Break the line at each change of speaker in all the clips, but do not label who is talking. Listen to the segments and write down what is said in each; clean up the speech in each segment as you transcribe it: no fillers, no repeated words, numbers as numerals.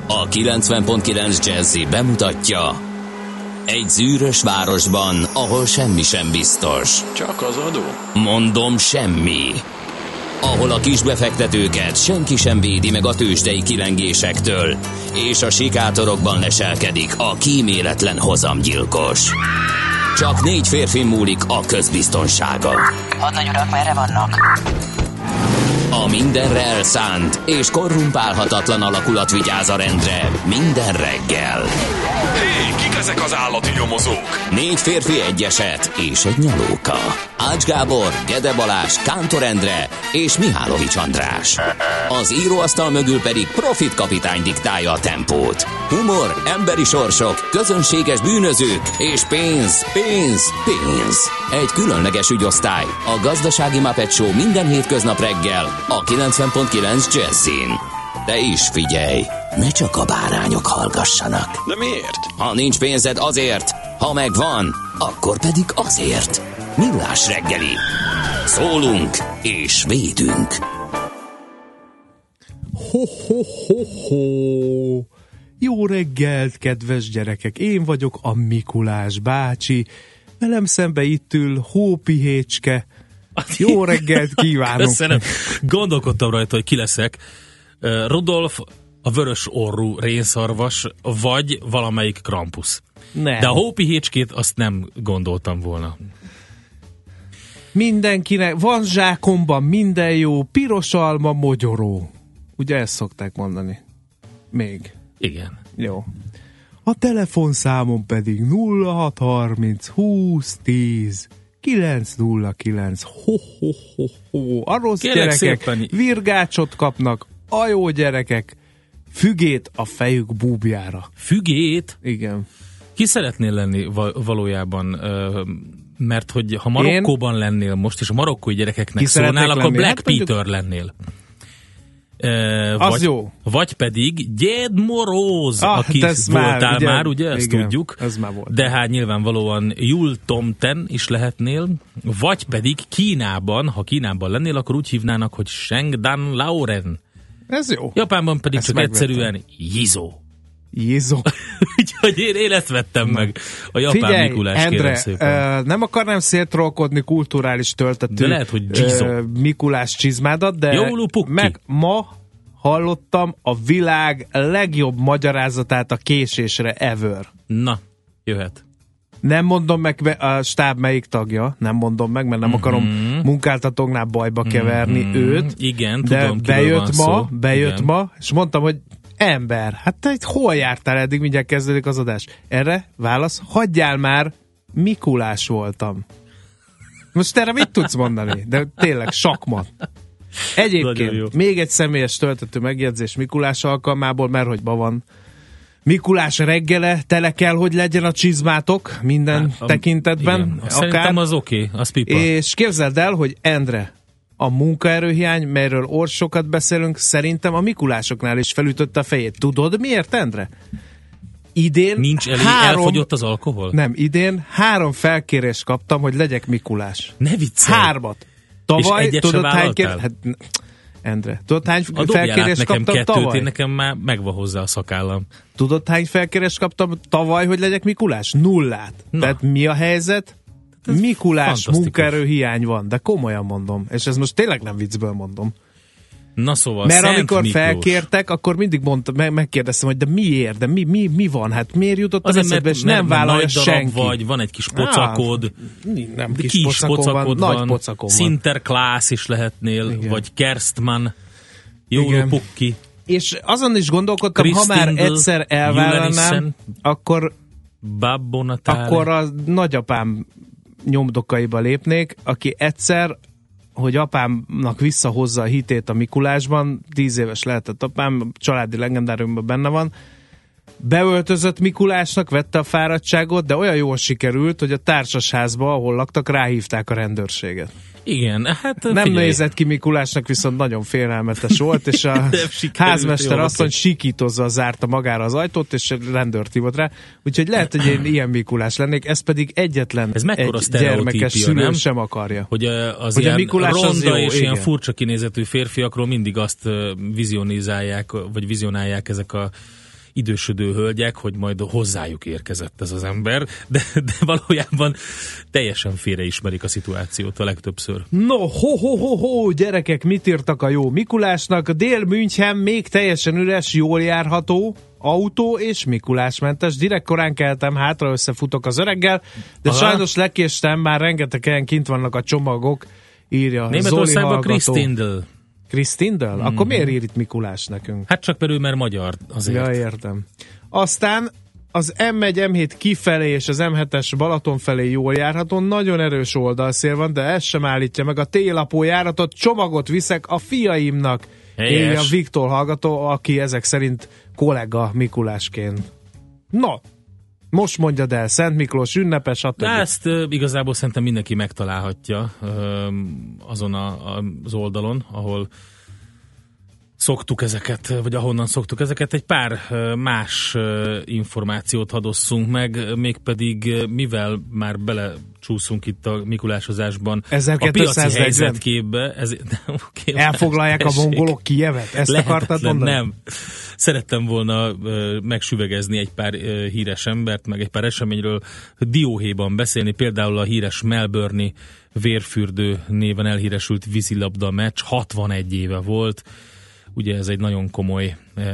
A 90.9 Jazzy bemutatja: egy zűrös városban, ahol semmi sem biztos.
Csak az adó?
Mondom, semmi. Ahol a kisbefektetőket senki sem védi meg a tőzsdei kilengésektől, és a sikátorokban leselkedik a kíméletlen hozamgyilkos. Csak 4 férfi múlik a közbiztonsága.
Hadnagy urak, merre vannak?
A mindenre elszánt és korrumpálhatatlan alakulat vigyáz a rendre minden reggel.
Hé, kik ezek az állati nyomozók?
4 férfi, egy eset és egy nyalóka. Ács Gábor, Gede Balázs, Kántor Endre és Mihálovics András. Az íróasztal mögül pedig Profit kapitány diktálja a tempót. Humor, emberi sorsok, közönséges bűnözők és pénz, pénz, pénz. Egy különleges ügyosztály, a Gazdasági Muppet Show minden hétköznap reggel a 90.9 Jazzin. De is figyelj, ne csak a bárányok hallgassanak.
De miért?
Ha nincs pénzed, azért, ha megvan, akkor pedig azért. Millás reggeli. Szólunk és védünk.
Ho-ho-ho-ho! Jó reggelt, kedves gyerekek! Én vagyok a Mikulás bácsi. Velem szembe itt ül Hópihécske. Jó reggelt kívánok!
Köszönöm. Gondolkodtam rajta, hogy ki leszek. Rudolf, a vörös orrú rénszarvas, vagy valamelyik Krampus.
Nem.
De a Hópihécskét azt nem gondoltam volna.
Mindenkinek van zsákomban minden jó, piros alma, mogyoró. Ugye ezt szokták mondani? Még.
Igen.
Jó. A telefonszámom pedig 0630 20 10 909. Ho-ho-ho-ho. A rossz
Kérlek
gyerekek
szépen.
virgácsot kapnak, a jó gyerekek fügét a fejük búbjára.
Fügét?
Igen.
Ki szeretnél lenni valójában? Mert hogy ha Marokkóban lennél most, és a marokkói gyerekeknek szólnál, akkor Black
hát
Peter lennél.
Az
vagy,
jó.
Vagy pedig Gyed Moroz, aki voltál már, ugye, ezt
igen,
tudjuk.
ez már volt.
De hát nyilvánvalóan Yul Tomten is lehetnél, vagy pedig Kínában, ha Kínában lennél, akkor úgy hívnának, hogy Shengdan Laoren.
Ez jó.
Japánban pedig
ezt
csak
megvettem.
egyszerűen Jizó.
Jézó.
Úgyhogy én ezt vettem meg. A japán
Figyelj,
Mikulás,
Endre,
kérem szépen.
Nem akarnám széttrollkodni kulturális töltető
De lehet, hogy Jizó.
Mikulás csizmádat, de
Jólu Pukki.
ma hallottam a világ legjobb magyarázatát a késésre ever.
Na, jöhet.
Nem mondom meg a stáb melyik tagja, nem mondom meg, mert nem akarom munkáltatóknál bajba keverni őt.
Igen,
de
tudom, kiről van
bejött
szó.
ma, és mondtam, hogy ember, hát te hol jártál eddig, mindjárt kezdődik az adás. Erre válasz, hagyjál már, Mikulás voltam. Most erre mit tudsz mondani? De tényleg sakmat. Egyébként még egy személyes töltető megjegyzés Mikulás alkalmából, mert hogy ma van Mikulás reggele, tele kell, hogy legyen a csizmátok minden tekintetben.
Igen. Szerintem az oké, az pipa.
És képzeld el, hogy Endre, a munkaerőhiány, melyről sokat beszélünk, szerintem a Mikulásoknál is felütötte a fejét. Tudod miért, Endre? Idén
Nincs elég, elfogyott az alkohol?
Nem, idén 3 felkérést kaptam, hogy legyek Mikulás.
Ne viccelj!
3. Tavaly, tudod hány Endre, tudod hány felkérést kaptam
2,
tavaly?
Én nekem már megvan hozzá a szakállam.
Tudod hány felkérést kaptam tavaly, hogy legyek Mikulás? 0. Tehát mi a helyzet? Mikulás munkaerőhiány van, de komolyan mondom. És ez most tényleg nem viccből mondom.
Na szóval,
mert
Szent
amikor
Miklós.
Felkértek, akkor mindig megkérdeztem, hogy de miért, de mi van, hát miért jutott az eszedbe, és nem vállalja senki.
Vagy, van egy kis pocakod,
nem kis pocakod van, nagy pocakon van.
Sinterklaas is lehetnél, igen. Vagy Kerstman, Jólu Pukki.
És azon is gondolkodtam, ha már egyszer elvállalnám, akkor a nagyapám nyomdokaiba lépnék, aki egyszer, hogy apámnak visszahozza a hitét a Mikulásban, 10 éves lehetett apám, családi legendáriumban benne van, beöltözött Mikulásnak, vette a fáradtságot, de olyan jól sikerült, hogy a társasházba, ahol laktak, ráhívták a rendőrséget.
Igen, hát
nem
figyelj.
nézett ki Mikulásnak, viszont nagyon félelmetes volt, és a házmester asszony sikítozva zárta magára az ajtót, és rendőrt hívott rá. Úgyhogy lehet, hogy én ilyen Mikulás lennék, ez pedig egyetlen egy gyermekes szülő nem? Sem akarja.
Hogy az
hogy
ilyen
Mikulás
ronda
az jó,
és
igen.
ilyen furcsa kinézetű férfiakról mindig azt vizionálják ezek a idősödő hölgyek, hogy majd hozzájuk érkezett ez az ember, de valójában teljesen félreismerik a szituációt a legtöbbször.
No, ho, gyerekek, mit írtak a jó Mikulásnak? Dél-München még teljesen üres, jól járható, autó és Mikulásmentes. Direkt korán keltem, hátra összefutok az öreggel, de sajnos lekéstem, már rengeteg helyen kint vannak a csomagok, írja
Németországban Christindl.
Christindl? Akkor miért ír itt Mikulás nekünk?
Hát csak mert magyar azért.
Ja, értem. Aztán az M1, M7 kifelé és az M7-es Balaton felé jól járható, nagyon erős oldalszél van, de ez sem állítja meg a T-lapó járatot, csomagot viszek a fiaimnak. Írja Viktor hallgató, aki ezek szerint kollega Mikulásként. No, most mondjad el, Szent Miklós ünnepes, stb.
Ezt igazából szerintem mindenki megtalálhatja azon az oldalon, ahol szoktuk ezeket, vagy ahonnan szoktuk ezeket. Egy pár más információt hadosszunk meg, mégpedig mivel már belecsúszunk itt a mikulásozásban a piaci helyzetképbe.
Elfoglalják a mongolok Kijevet? Ezt akartad mondani?
Nem. Szerettem volna megsüvegezni egy pár híres embert, meg egy pár eseményről dióhéjban beszélni, például a híres Melbourne-i vérfürdő néven elhíresült vízilabda meccs 61 éve volt. Ugye ez egy nagyon komoly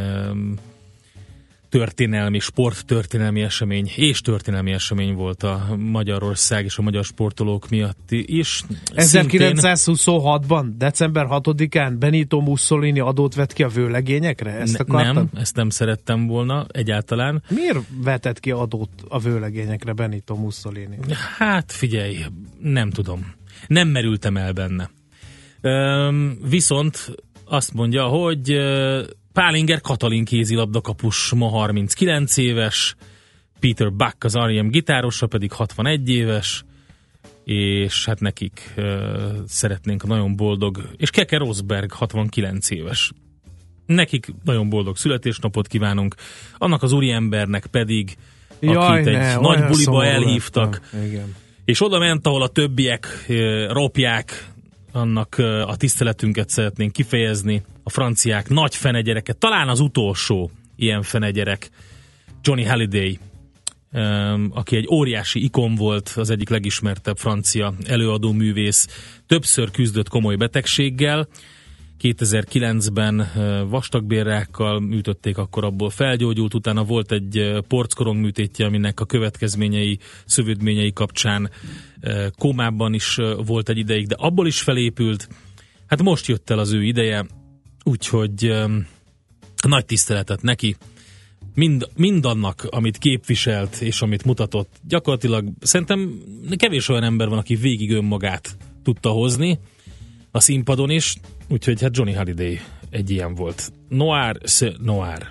történelmi, sporttörténelmi esemény, és történelmi esemény volt a Magyarország és a magyar sportolók miatt is.
1926-ban, december 6-án Benito Mussolini adót vett ki a vőlegényekre? Ezt akartad?
Nem, ezt nem szerettem volna egyáltalán.
Miért vetett ki adót a vőlegényekre Benito Mussolini?
Hát figyelj, nem tudom. Nem merültem el benne. Viszont azt mondja, hogy Pálinger Katalin kézilabdakapus ma 39 éves, Peter Buck az R.E.M. gitárosa pedig 61 éves, és hát nekik szeretnénk a nagyon boldog, és Keke Rosberg 69 éves. Nekik nagyon boldog születésnapot kívánunk, annak az úriembernek pedig, akit egy nagy buliba elhívtak, és oda ment, ahol a többiek ropják, annak a tiszteletünket szeretnénk kifejezni, a franciák nagy fenegyereket, talán az utolsó ilyen fenegyerek, Johnny Hallyday, aki egy óriási ikon volt, az egyik legismertebb francia előadó művész, többször küzdött komoly betegséggel, 2009-ben vastagbélrákkal műtötték, akkor abból felgyógyult, utána volt egy porckorong műtétje, aminek a következményei, szövődményei kapcsán kómában is volt egy ideig, de abból is felépült. Hát most jött el az ő ideje, úgyhogy nagy tiszteletet neki. Mindannak, amit képviselt és amit mutatott, gyakorlatilag szerintem kevés olyan ember van, aki végig önmagát tudta hozni a színpadon is, úgyhogy hát Johnny Hallyday egy ilyen volt. Noir, c'est noir.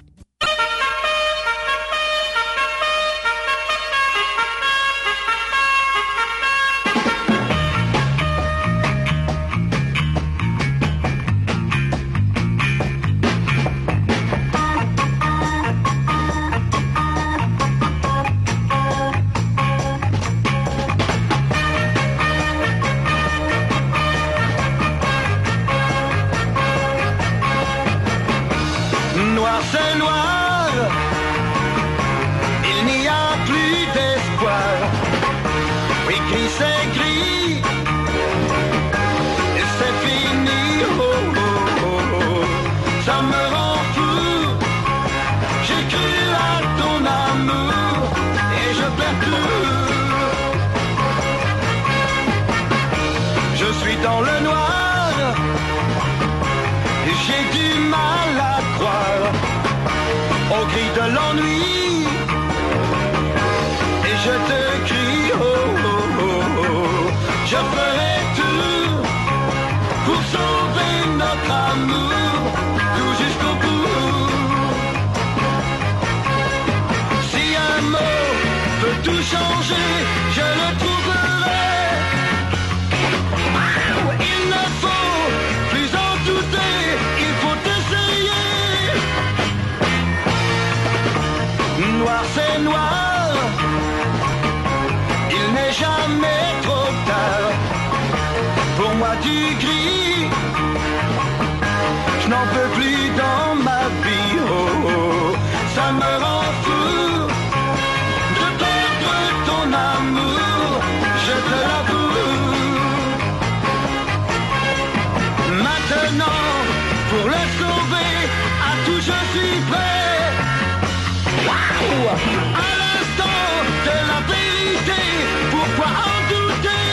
sauver, à tout je suis prêt. Wow. À l'instant de la vérité, pourquoi en douter?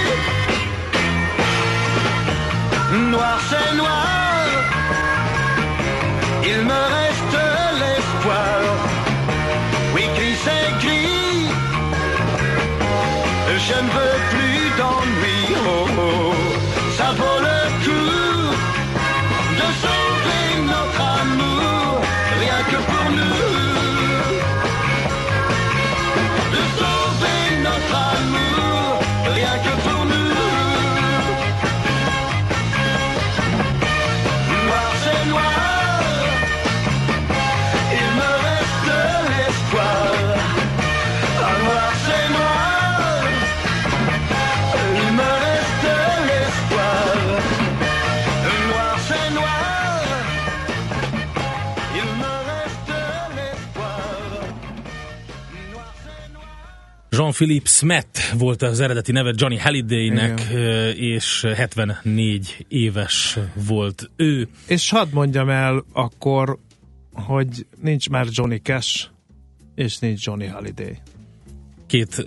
Noir c'est noir, il me reste l'espoir. Oui, gris c'est gris, je ne veux plus d'ennui. Oh, oh. Ça vaut le coup de sauver notre amour, rien que pour nous. De sauver notre amour, rien que pour nous. Noir c'est noir, il me reste l'espoir. Ah, noir c'est noir, il me reste l'espoir. Noir c'est noir, il me reste l'espoir. Noir c'est noir.
Jean-Philippe Smet volt az eredeti neve Johnny Hallidaynek, és 74 éves volt ő.
És hadd mondjam el akkor, hogy nincs már Johnny Cash, és nincs Johnny Halliday.
Két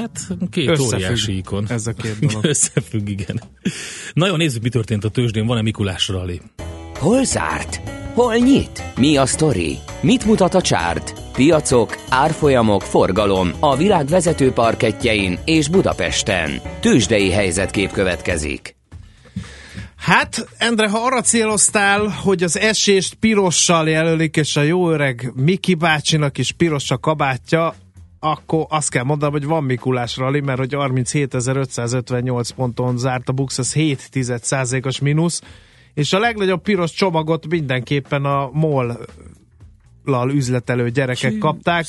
óriási ikon.
Ez a két dolog.
Összefügg, igen. Na jó, nézzük, mi történt a tőzsdén. Van-e Mikulás rally?
Hol zárt? Hol nyit? Mi a sztori? Mit mutat a csárt? Piacok, árfolyamok, forgalom a világ vezető parkettjein és Budapesten. Tőzsdei helyzetkép következik.
Hát, Endre, ha arra céloztál, hogy az esést pirossal jelölik, és a jó öreg Miki bácsinak is piros a kabátja, akkor azt kell mondanom, hogy van Mikulás rally, mert hogy 37.558 ponton zárt a BUX, az 0,7%-os mínusz, és a legnagyobb piros csomagot mindenképpen a MOL-lal üzletelő gyerekek kapták.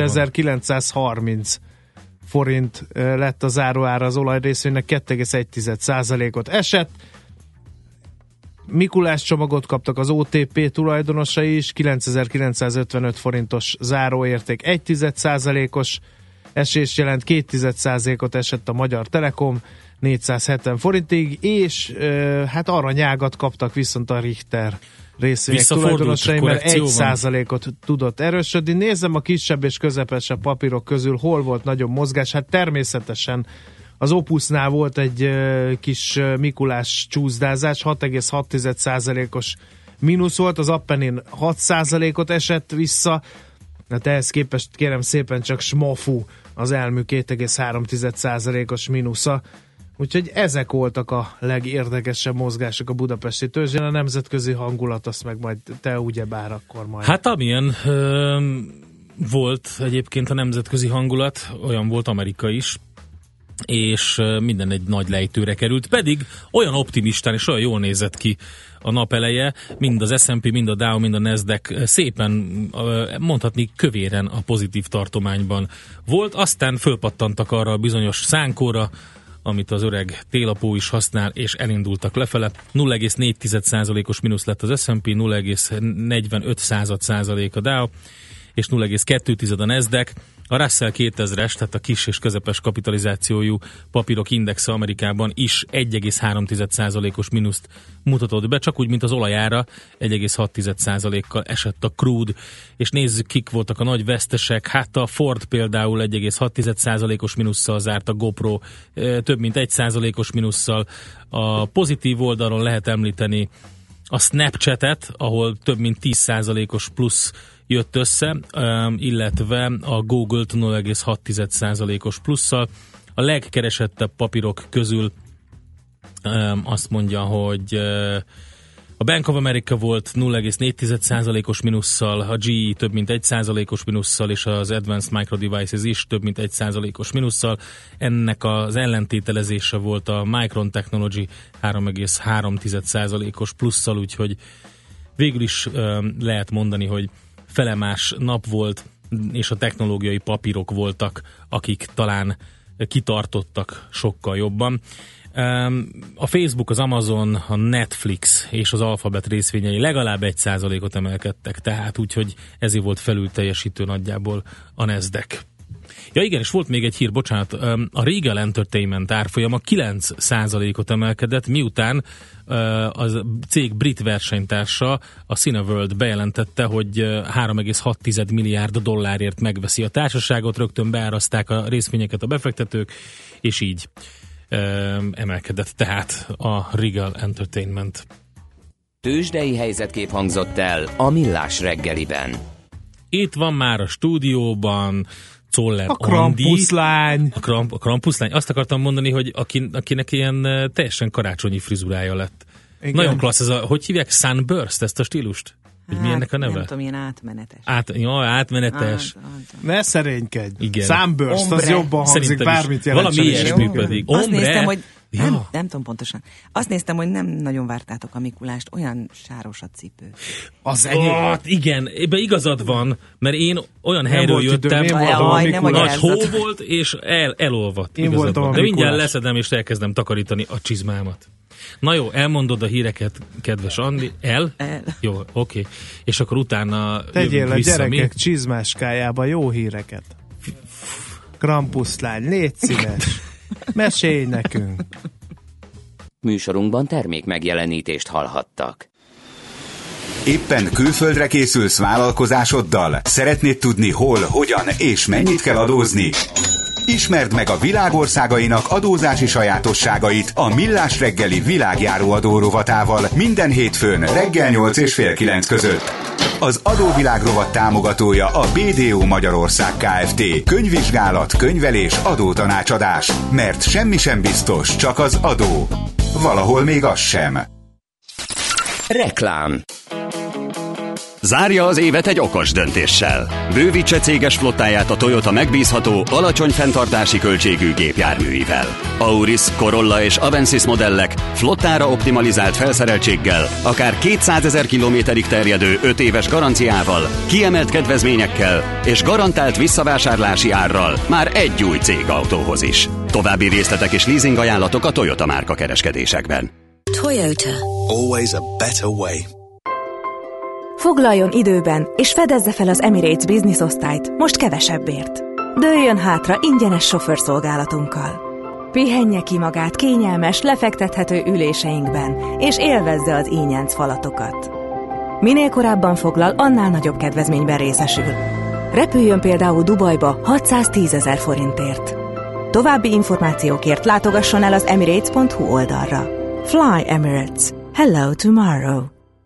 2930 forint lett a záróára az olajrészvénynek, 2,1%-ot esett. Mikulás csomagot kaptak az OTP tulajdonosai is, 9955 forintos záróérték, 1,1%-os esés jelent, 2,1%-ot esett a Magyar Telekom, 470 forintig, és hát aranyágat kaptak viszont a Richter részvények tulajdonosai, mert 1%-ot tudott erősödni. Nézzem a kisebb és közepesebb papírok közül, hol volt nagyobb mozgás. Hát természetesen az Opusnál volt egy kis Mikulás csúszdázás, 6,6%-os mínusz volt, az Appenin 6%-ot esett vissza, hát ehhez képest kérem szépen csak Smofu az elmű 2,3%-os mínusza. Úgyhogy ezek voltak a legérdekesebb mozgások a budapesti tőzsdén, a nemzetközi hangulat, azt meg majd te ugyebár akkor majd.
Hát amilyen volt egyébként a nemzetközi hangulat, olyan volt Amerika is, és minden egy nagy lejtőre került, pedig olyan optimistán és olyan jól nézett ki a nap eleje, mind az S&P, mind a Dow, mind a Nasdaq szépen, mondhatni kövéren a pozitív tartományban volt, aztán fölpattantak arra a bizonyos szánkóra, amit az öreg télapó is használ, és elindultak lefele. 0,4%-os mínusz lett az S&P, 0,45% a Dow, és 0,2 a Nasdaq. A Russell 2000-es, tehát a kis és közepes kapitalizációjú papírok indexe Amerikában is 1,3%-os mínuszt mutatott be, csak úgy, mint az olajára 1,6%-kal esett a crude, és nézzük, kik voltak a nagy vesztesek. Hát a Ford például 1,6%-os mínusszal zárt, a GoPro több mint 1%-os mínusszal. A pozitív oldalon lehet említeni a Snapchatet, ahol több mint 10%-os plusz jött össze, illetve a Google-t 0,6%-os plusszal. A legkeresettebb papírok közül azt mondja, hogy a Bank of America volt 0,4%-os mínusszal, a GE több mint 1%-os mínusszal, és az Advanced Micro Devices is több mint 1%-os mínusszal. Ennek az ellentételezése volt a Micron Technology 3,3%-os plusszal, úgyhogy végül is lehet mondani, hogy felemás nap volt, és a technológiai papírok voltak, akik talán kitartottak sokkal jobban. A Facebook, az Amazon, a Netflix és az Alphabet részvényei legalább 1%-ot emelkedtek, tehát úgyhogy ezért volt felül teljesítő nagyjából a Nasdaq. Ja igen, és volt még egy hír, bocsánat, a Regal Entertainment árfolyama 9%-ot emelkedett, miután a cég brit versenytársa, a Cineworld bejelentette, hogy 3,6 milliárd dollárért megveszi a társaságot, rögtön beárazták a részvényeket a befektetők, és így emelkedett tehát a Regal Entertainment.
Tőzsdei helyzetkép hangzott el a Millás reggeliben.
Itt van már a stúdióban Czoller
a Krampuszlány.
A Krampuszlány. Azt akartam mondani, hogy akinek ilyen teljesen karácsonyi frizurája lett. Igen. Nagyon klassz ez hogy hívják? Sunburst, ezt a stílust? Hogy mi ennek a neve?
Nem tudom, ilyen átmenetes.
Átmenetes.
Ne szerénykedj.
Igen.
Sunburst, az jobban hangzik, bármit jelent.
Valami ilyesmi pedig.
Azt néztem, hogy nem tudom pontosan. Azt néztem, hogy nem nagyon vártátok a Mikulást, olyan sáros a cipő.
Az igen, ebben igazad van, mert én olyan helyről jöttem, nagy hó volt, és elolvadt. De mindjárt leszedem, és elkezdem takarítani a csizmámat. Na jó, elmondod a híreket, kedves Andi. El? Jó, oké. És akkor utána
tegyél a gyerekek csizmáskájába jó híreket. Krampuszlány, légy szíves. Mesélj nekünk.
Műsorunkban termék megjelenítést hallhattak.
Éppen külföldre készülsz vállalkozásoddal? Szeretnéd tudni hol, hogyan és mennyit kell adózni? Ismerd meg a világországainak adózási sajátosságait a Millás reggeli világjáró adó rovatával minden hétfőn reggel 8 és fél 9 között. Az adóvilág rovat támogatója a BDO Magyarország Kft. Könyvvizsgálat, könyvelés, adótanácsadás. Mert semmi sem biztos, csak az adó. Valahol még az sem.
Reklám.
Zárja az évet egy okos döntéssel. Bővítse céges flottáját a Toyota megbízható, alacsony fenntartási költségű gépjárműivel. Auris, Corolla és Avensis modellek flottára optimalizált felszereltséggel, akár 200 000 kilométerig terjedő 5 éves garanciával, kiemelt kedvezményekkel és garantált visszavásárlási árral már egy új cégautóhoz is. További részletek és leasing ajánlatok a Toyota márka kereskedésekben.
Toyota. Always a better way.
Foglaljon időben, és fedezze fel az Emirates Business osztályt, most kevesebbért. Dőljön hátra ingyenes sofőrszolgálatunkkal. Pihenje ki magát kényelmes, lefektethető üléseinkben, és élvezze az ínyenc falatokat. Minél korábban foglal, annál nagyobb kedvezményben részesül. Repüljön például Dubajba 610 000 forintért. További információkért látogasson el az emirates.hu oldalra. Fly Emirates. Hello tomorrow.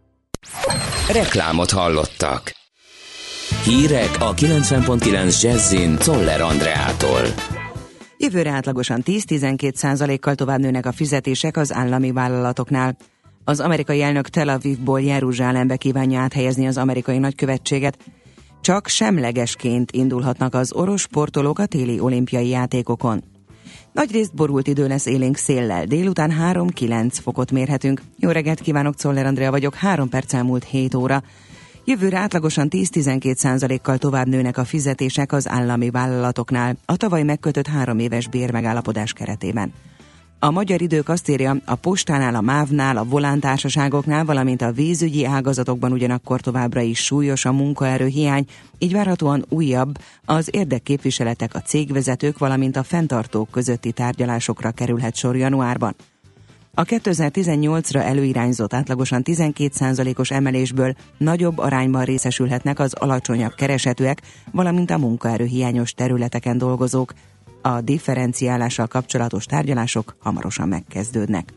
Reklámot hallottak. Hírek a 90.9 Jazzin Czoller Andreától.
Jövőre átlagosan 10-12%-kal tovább nőnek a fizetések az állami vállalatoknál. Az amerikai elnök Tel Avivból Jeruzsálembe kívánja áthelyezni az amerikai nagykövetséget. Csak semlegesként indulhatnak az orosz sportolók a téli olimpiai játékokon. Nagyrészt borult idő lesz élénk széllel, délután 3-9 fokot mérhetünk. Jó reggelt kívánok, Czoller Andrea vagyok, 3 perc elmúlt 7 óra. Jövőre átlagosan 10-12%-kal tovább nőnek a fizetések az állami vállalatoknál, a tavaly megkötött 3 éves bérmegállapodás keretében. A Magyar Idők azt írja, a postánál, a MÁV-nál, a volántársaságoknál, valamint a vízügyi ágazatokban ugyanakkor továbbra is súlyos a munkaerőhiány, így várhatóan újabb az érdekképviseletek, a cégvezetők, valamint a fenntartók közötti tárgyalásokra kerülhet sor januárban. A 2018-ra előirányzott átlagosan 12%-os emelésből nagyobb arányban részesülhetnek az alacsonyabb keresetűek, valamint a munkaerőhiányos területeken dolgozók. A differenciálással kapcsolatos tárgyalások hamarosan megkezdődnek.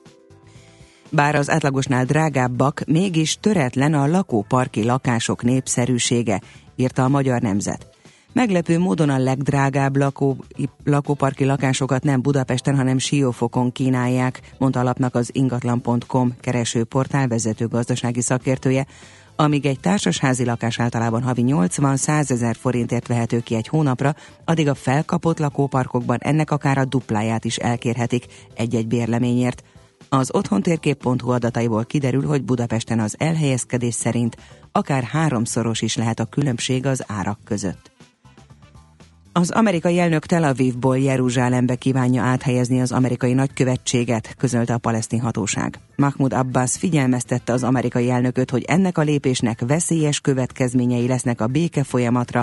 Bár az átlagosnál drágábbak, mégis töretlen a lakóparki lakások népszerűsége, írta a Magyar Nemzet. Meglepő módon a legdrágább lakóparki lakásokat nem Budapesten, hanem Siófokon kínálják, mondta a lapnak az ingatlan.com keresőportál vezető gazdasági szakértője, amíg egy társasházi lakás általában havi 80-100 000 forintért vehető ki egy hónapra, addig a felkapott lakóparkokban ennek akár a dupláját is elkérhetik egy-egy bérleményért. Az otthontérkép.hu adataiból kiderül, hogy Budapesten az elhelyezkedés szerint akár 3-szoros is lehet a különbség az árak között. Az amerikai elnök Tel Avivból Jeruzsálembe kívánja áthelyezni az amerikai nagykövetséget, közölte a palesztin hatóság. Mahmoud Abbas figyelmeztette az amerikai elnököt, hogy ennek a lépésnek veszélyes következményei lesznek a béke folyamatra,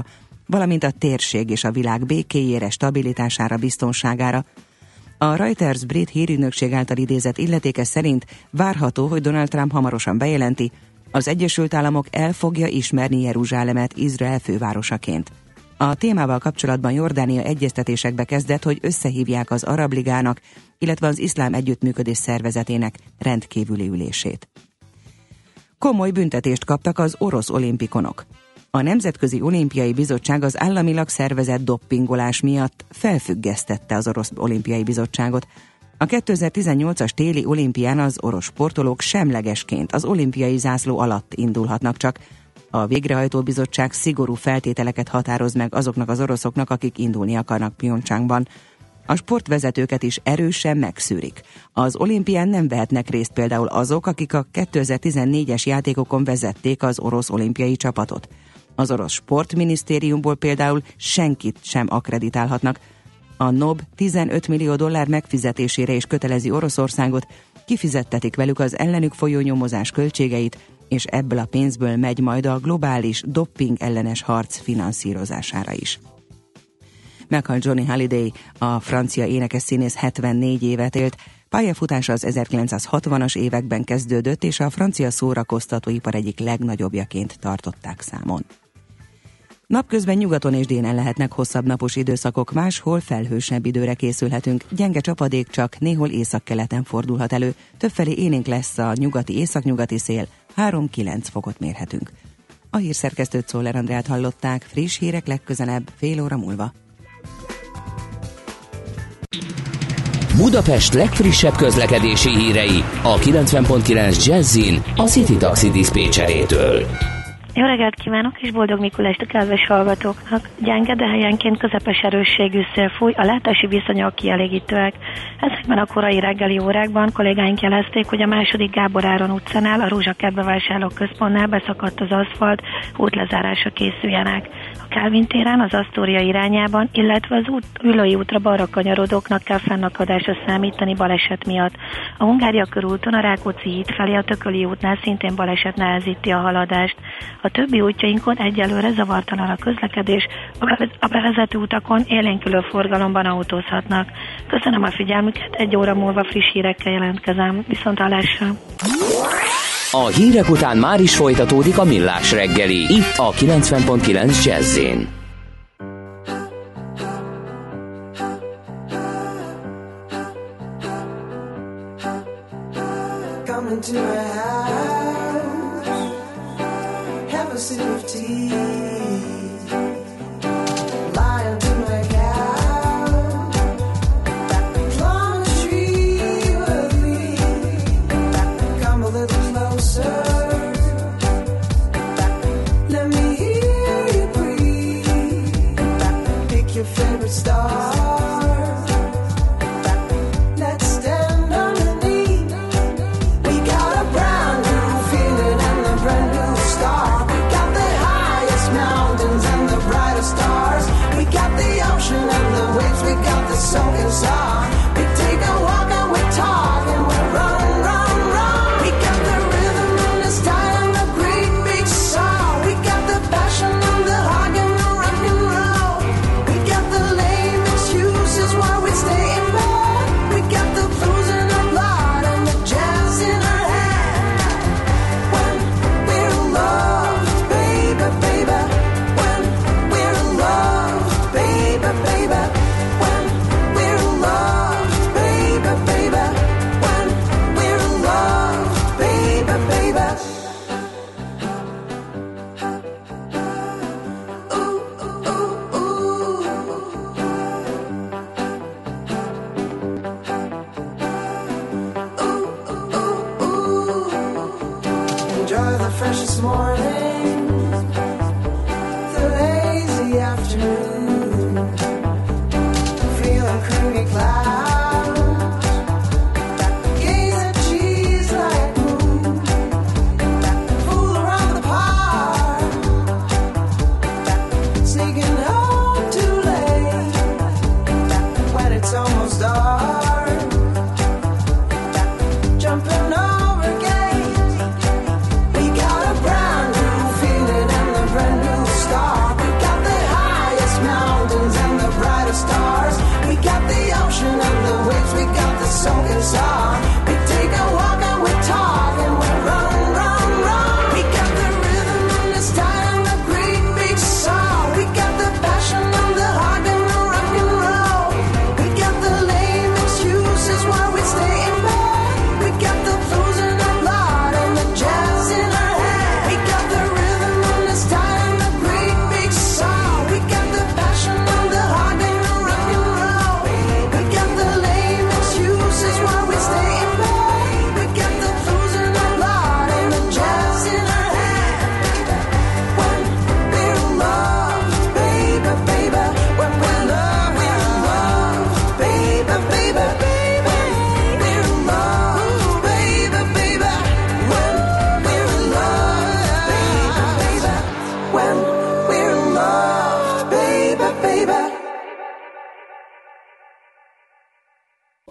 valamint a térség és a világ békéjére, stabilitására, biztonságára. A Reuters brit hírügynökség által idézett illetékes szerint várható, hogy Donald Trump hamarosan bejelenti, az Egyesült Államok el fogja ismerni Jeruzsálemet Izrael fővárosaként. A témával kapcsolatban Jordánia egyeztetésekbe kezdett, hogy összehívják az Arab Ligának, illetve az Iszlám Együttműködés Szervezetének rendkívüli ülését. Komoly büntetést kaptak az orosz olimpikonok. A Nemzetközi Olimpiai Bizottság az államilag szervezett doppingolás miatt felfüggesztette az Orosz Olimpiai Bizottságot. A 2018-as téli olimpián az orosz sportolók semlegesként az olimpiai zászló alatt indulhatnak csak. A végrehajtó bizottság szigorú feltételeket határoz meg azoknak az oroszoknak, akik indulni akarnak Pyeongchangban. A sportvezetőket is erősen megszűrik. Az olimpián nem vehetnek részt például azok, akik a 2014-es játékokon vezették az orosz olimpiai csapatot. Az orosz sportminisztériumból például senkit sem akkreditálhatnak. A NOB $15 millió megfizetésére is kötelezi Oroszországot, kifizettetik velük az ellenük folyó nyomozás költségeit, és ebből a pénzből megy majd a globális dopping ellenes harc finanszírozására is. Meghalt Johnny Hallyday, a francia énekes-színész 74 évet élt, pályafutása az 1960-as években kezdődött, és a francia szórakoztatóipar egyik legnagyobbjaként tartották számon. Napközben nyugaton és délen lehetnek hosszabb napos időszakok, máshol felhősebb időre készülhetünk, gyenge csapadék csak néhol északkeleten fordulhat elő, többfelé élénk lesz a nyugati északnyugati szél, 3-9 fokot mérhetünk. A hírszerkesztőt, Czoller Andrát hallották, friss hírek legközelebb fél óra múlva.
Budapest legfrissebb közlekedési hírei a 90.9 Jazzin a City Taxi diszpécserétől.
Jó reggelt kívánok, és boldog Mikulást a kedves hallgatóknak! Gyenge, de helyenként közepes erősségű szél fúj, a látási viszonyok kielégítőek. Ezekben a korai reggeli órákban kollégáink jelezték, hogy a II. Gábor Áron utcánál, a Rózsakert bevásárlóközpontnál beszakadt az aszfalt, útlezárásra készüljenek. A Kálvin téren az Asztória irányában, illetve az Üllői útra balra kanyarodóknak kell fennakadásra számítani baleset miatt. A Hungária körúton a Rákóczi híd felé a Tököli útnál szintén baleset nehezíti a haladást. A többi útjainkon egyelőre zavartalan a közlekedés, a bevezető utakon élénkülő forgalomban autózhatnak. Köszönöm a figyelmüket, 1 óra múlva friss hírekkel jelentkezem. Viszonthallásra!
A hírek után már is folytatódik a Millás reggeli, itt a 90.9 Jazz-én.
Come into my house, have a sip of tea. Jumping over again, we got a brand new feeling.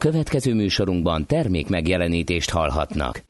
Következő műsorunkban termék megjelenítést hallhatnak.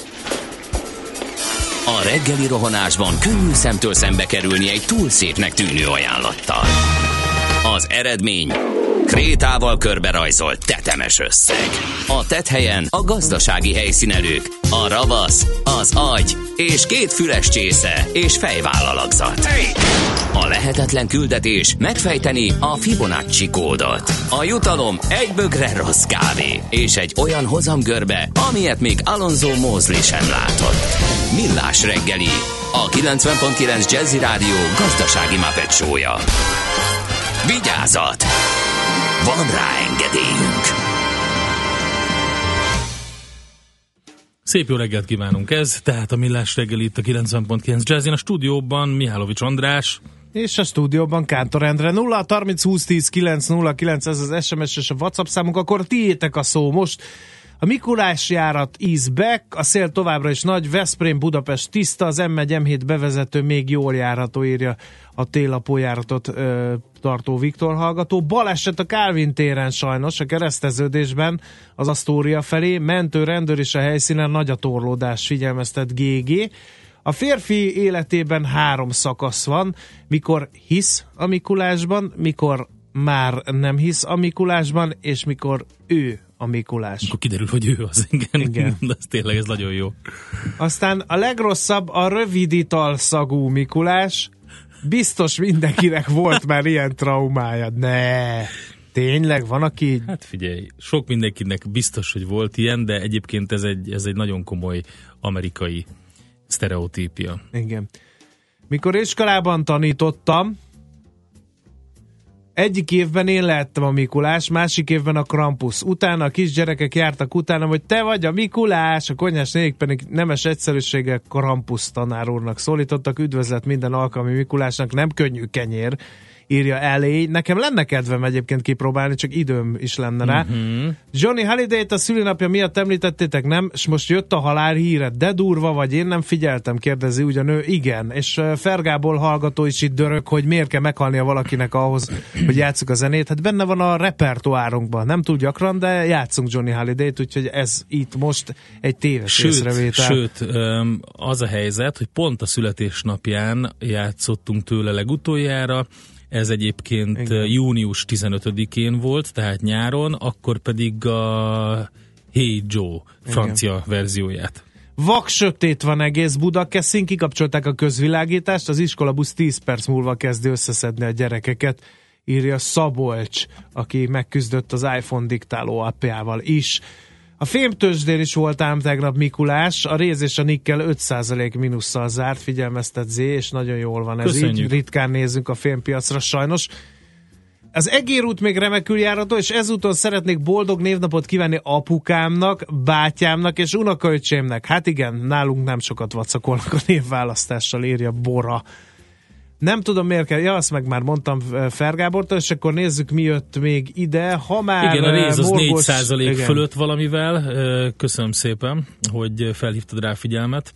A reggeli rohanásban könnyű szemtől szembe kerülni egy túl szépnek tűnő ajánlattal. Az eredmény krétával körberajzolt tetemes összeg. A tetthelyen a gazdasági helyszínelők, a ravasz, az agy és 2 füles csésze és fejvállalakzat. A lehetetlen küldetés megfejteni a Fibonacci kódot. A jutalom egy bögre rossz kávé és egy olyan hozamgörbe, amilyet még Alonso Mosley sem látott. Millás reggeli, a 90.9 Jazzy Rádió gazdasági Muppet show-ja. Vigyázat! Van rá engedélyünk!
Szép jó reggelt kívánunk ez, tehát a Millás reggeli itt a 90.9 Jazzin, a stúdióban Mihálovics András.
És a stúdióban Kántor Endre. 0 30 20 10 909, ez az SMS és a WhatsApp számunk, akkor tiétek a szó most. A Mikulás járat is back, a szél továbbra is nagy, Veszprém, Budapest tiszta, az M1-M7 bevezető még jól járható, írja a télapójáratot tartó Viktor hallgató. Baleset a Kálvin téren sajnos, a kereszteződésben az Asztória felé, mentő, rendőr is a helyszínen, nagy a torlódás, figyelmeztet GG. A férfi életében 3 szakasz van, mikor hisz a Mikulásban, mikor már nem hisz a Mikulásban, és mikor ő a Mikulás.
Akkor kiderül, hogy ő az, igen. De ez tényleg, ez nagyon jó.
Aztán a legrosszabb a rövid ital szagú Mikulás. Biztos mindenkinek volt már ilyen traumája. Ne, tényleg van, aki...
Hát figyelj, sok mindenkinek biztos, hogy volt ilyen, de egyébként ez egy nagyon komoly amerikai sztereotípia.
Igen. Mikor iskolában tanítottam, egyik évben én lehettem a Mikulás, másik évben a Krampus. Utána a kisgyerekek jártak utána, hogy te vagy a Mikulás, a Konyhás nénik pedig nemes egyszerűséggel Krampus tanár úrnak szólítottak. Üdvözlet minden alkalmi Mikulásnak, nem könnyű kenyér, írja elé. Nekem lenne kedvem egyébként kipróbálni, csak időm is lenne rá. Johnny Hallyday-t a szülinapja miatt említettétek, nem? És most jött a halál híre, de durva vagy, én nem figyeltem, kérdezi ugyanő. Igen, és Fergából hallgató is itt dörög, hogy miért kell meghalnia valakinek ahhoz, hogy játsszuk a zenét. Hát benne van a repertoárunkban, nem túl gyakran, de játszunk Johnny Hallyday-t, úgyhogy ez itt most egy téves észrevétel.
Sőt, az a helyzet, hogy pont a születésnapján játszottunk tőle legutoljára. Ez egyébként igen, június 15-én volt, tehát nyáron, akkor pedig a Hey Joe francia igen, verzióját.
Vak sötét van egész Budakeszin, kikapcsolták a közvilágítást, az iskolabusz 10 perc múlva kezdi összeszedni a gyerekeket, írja Szabolcs, aki megküzdött az iPhone diktáló appjával is. A fémtőzsdén is volt ám tegnap Mikulás, a réz és a nikkel 5% mínusszal zárt, figyelmeztet Z, és nagyon jól van ez. Köszönjük. Így ritkán nézzünk a fémpiacra sajnos. Az egérút még remekül járható, és ezúton szeretnék boldog névnapot kívánni apukámnak, bátyámnak és unokaöcsémnek. Hát igen, nálunk nem sokat vacakolnak a névválasztással, írja Bora. Nem tudom miért kell, ja, azt meg már mondtam Fergábortól, és akkor nézzük, mi jött még ide. Ha már
igen, a réz az morgos, 4% igen, fölött valamivel. Köszönöm szépen, hogy felhívtad rá figyelmet.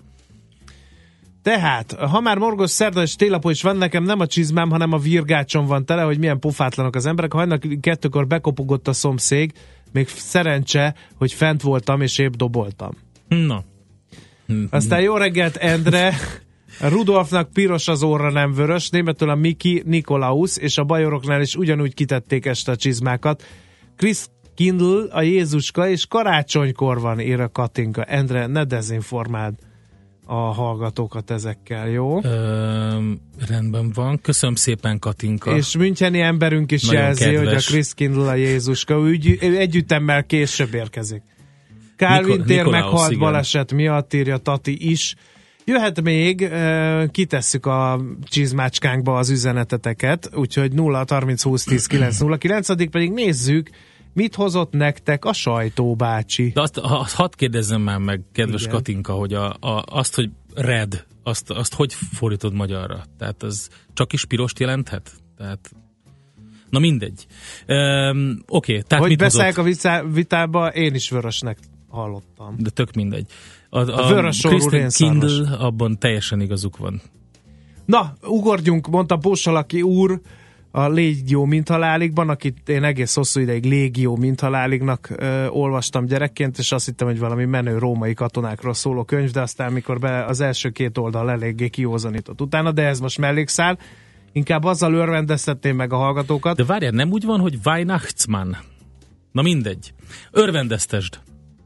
Tehát, ha már morgos szerda és télapó is van, nekem nem a csizmám, hanem a virgácsom van tele, hogy milyen pofátlanok az emberek. Hajnali 2-kor bekopogott a szomszéd, még szerencse, hogy fent voltam és épp doboltam.
Na.
Aztán jó reggelt, Endre! Rudolfnak piros az orra, nem vörös, németül a Miki Nikolaus, és a bajoroknál is ugyanúgy kitették este a csizmákat. Chris Kindle, a Jézuska, és karácsonykor van, ír a Katinka. Endre, ne dezinformáld a hallgatókat ezekkel, jó?
Rendben van. Köszönöm szépen, Katinka.
És müncheni emberünk is nagyon jelzi, kedves, hogy a Chris Kindle, a Jézuska, ő együttemmel később érkezik. Kálvin tér meghalt igen, baleset miatt, írja Tati is. Jöhet még, kitesszük a csizmácskánkba az üzeneteteket, úgyhogy 0 30 20 10 909, addig pedig nézzük, mit hozott nektek a sajtóbácsi.
De azt hadd kérdezzem már meg, kedves igen, Katinka, hogy azt, hogy red, azt hogy fordítod magyarra? Tehát az csak is pirost jelenthet? Tehát... Na mindegy. Oké, tehát
hogy
mit
beszállják a vitába, én is vörösnek hallottam.
De tök mindegy. A
vörös sorú
Kindle, abban teljesen igazuk van.
Na, ugorjunk, mondta Pósalaki úr, a Légió mint haláligban, akit én egész hosszú ideig Légió mint halálignak olvastam gyerekként, és azt hittem, hogy valami menő római katonákról szóló könyv, de aztán mikor az első 2 oldal eléggé kiózanított utána, de ez most mellékszál. Inkább azzal örvendeztetném meg a hallgatókat.
De várjál, nem úgy van, hogy Weihnachtsmann? Na mindegy. Örvendeztesd.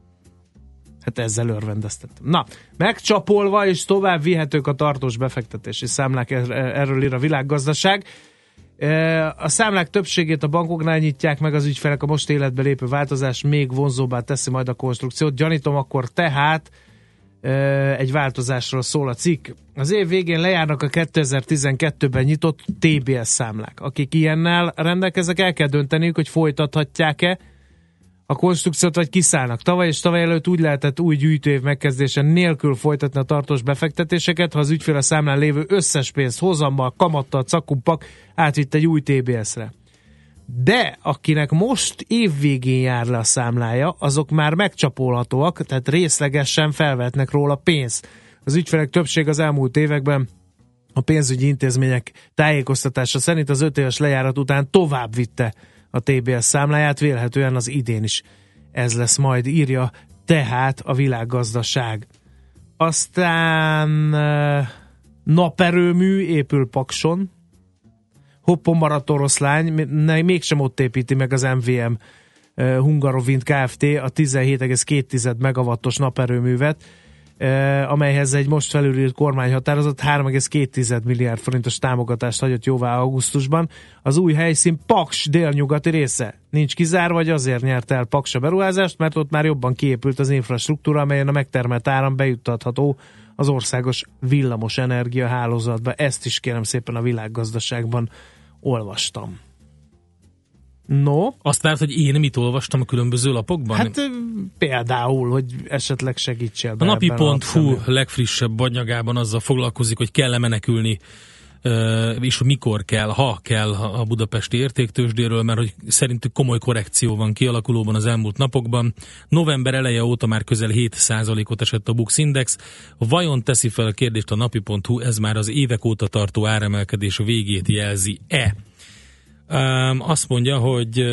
Hát ezzel örvendeztettem. Na, megcsapolva és tovább vihetők a tartós befektetési számlák, erről ír a Világgazdaság. A számlák többségét a bankoknál nyitják meg az ügyfelek, a most életbe lépő változás még vonzóbbá teszi majd a konstrukciót. Gyanítom, akkor tehát egy változásról szól a cikk. Az év végén lejárnak a 2012-ben nyitott TBS számlák. Akik ilyennel rendelkeznek, el kell dönteniük, hogy folytathatják-e a konstrukciót, vagy kiszállnak. Tavaly és tavaly előtt úgy lehetett új gyűjtőév megkezdése nélkül folytatni a tartós befektetéseket, ha az ügyfél a számlán lévő összes pénzt hozammal, kamattal, cakumpak átvitt egy új TBS-re. De akinek most évvégén jár le a számlája, azok már megcsapolhatóak, tehát részlegesen felvetnek róla pénzt. Az ügyfelek többség az elmúlt években a pénzügyi intézmények tájékoztatása szerint az 5 éves lejárat után tovább vitte a TBS számláját, vélhetően az idén is ez lesz majd, írja tehát a Világgazdaság. Aztán naperőmű épül Pakson, hoppon maradt oroszlány, mégsem ott építi meg az MVM Hungarovind Kft. A 17,2 megawattos naperőművet, amelyhez egy most felülírt kormányhatározat 3,2 milliárd forintos támogatást hagyott jóvá augusztusban. Az új helyszín Paks délnyugati része. Nincs kizárva, vagy azért nyert el Paks a beruházást, mert ott már jobban kiépült az infrastruktúra, amelyen a megtermelt áram bejuttatható az országos villamos energia hálózatba. Ezt is kérem szépen a Világgazdaságban olvastam. No.
Azt várt, hogy én mit olvastam a különböző lapokban?
Hát például, hogy esetleg segítsél be.
A napi.hu legfrissebb anyagában azzal foglalkozik, hogy kell-e menekülni, és mikor kell, ha kell a budapesti értéktőzsdéről, mert hogy szerintük komoly korrekció van kialakulóban az elmúlt napokban. November eleje óta már közel 7%-ot esett a Bux Index. Vajon teszi fel a kérdést a napi.hu, ez már az évek óta tartó áremelkedés végét jelzi-e? Azt mondja, hogy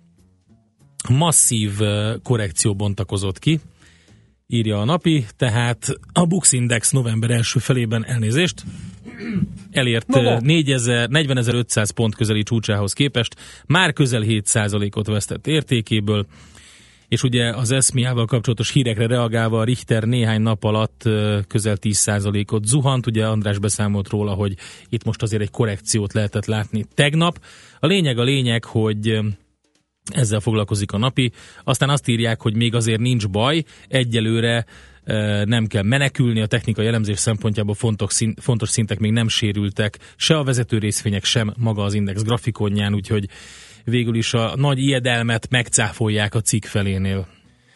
masszív korrekció bontakozott ki, írja a napi, tehát a Bux Index november első felében elnézést elért 40.500 pont közeli csúcsához képest, már közel 7%-ot vesztett értékéből, és ugye az eszmiával kapcsolatos hírekre reagálva a Richter néhány nap alatt közel 10%-ot zuhant. Ugye András beszámolt róla, hogy itt most azért egy korrekciót lehetett látni tegnap. A lényeg, hogy ezzel foglalkozik a napi. Aztán azt írják, hogy még azért nincs baj, egyelőre nem kell menekülni, a technikai elemzés szempontjából fontos szintek még nem sérültek, se a vezető részvények, sem maga az index grafikonján, úgyhogy végül is a nagy ijedelmet megcáfolják a cikk felénél.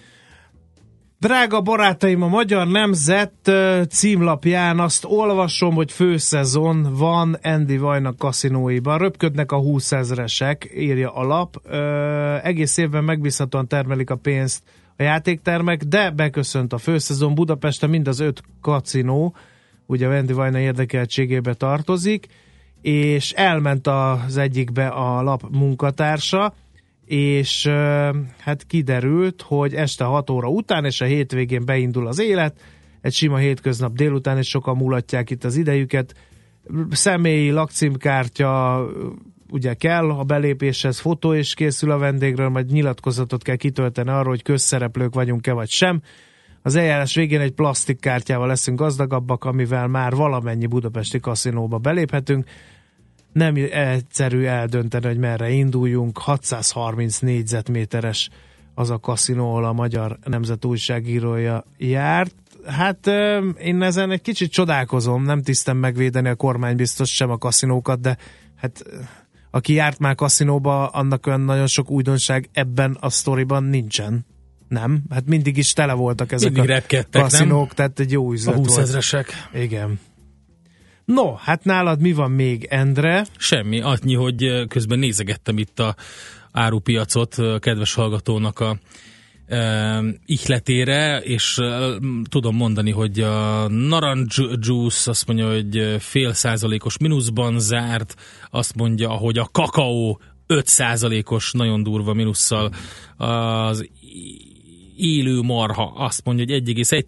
Drága barátaim, a Magyar Nemzet címlapján azt olvasom, hogy főszezon van Andy Vajnak kaszinóiban. Röpködnek a 20 000-esek, írja a lap. Egész évben megbízhatóan termelik a pénzt a játéktermek, de beköszönt a főszezon. Budapesten mind az 5 kaszinó, ugye Andy Vajna érdekeltségébe tartozik, és elment az egyikbe a lap munkatársa, és hát kiderült, hogy este 6 óra után és a hétvégén beindul az élet, egy sima hétköznap délután, és sokan mulatják itt az idejüket. Személyi lakcímkártya ugye kell a belépéshez, fotó is készül a vendégről, majd nyilatkozatot kell kitölteni arról, hogy közszereplők vagyunk-e vagy sem. Az eljárás végén egy plastikkártyával leszünk gazdagabbak, amivel már valamennyi budapesti kaszinóba beléphetünk. Nem egyszerű eldönteni, hogy merre induljunk. 630 négyzetméteres az a kaszinó, ahol a Magyar Nemzet újságírója járt. Hát én ezen egy kicsit csodálkozom, nem tisztem megvédeni a kormánybiztos sem a kaszinókat, de hát aki járt már kaszinóba, annak olyan nagyon sok újdonság ebben a sztoriban nincsen. Nem? Hát mindig is tele voltak ezek
mindig
a kaszinók, nem? Tehát egy jó üzlet
a 20
volt.
000-esek.
Igen. No, hát nálad mi van még, Endre?
Semmi, annyi, hogy közben nézegettem itt a árupiacot, kedves hallgatónak a ihletére, és tudom mondani, hogy a narancs juice azt mondja, hogy 0,5% mínuszban zárt, azt mondja, hogy a kakaó 5%-os nagyon durva mínusszal, az élő marha azt mondja, hogy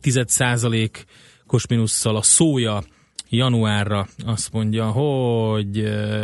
1,1%-os mínusszal, a szója januárra azt mondja, hogy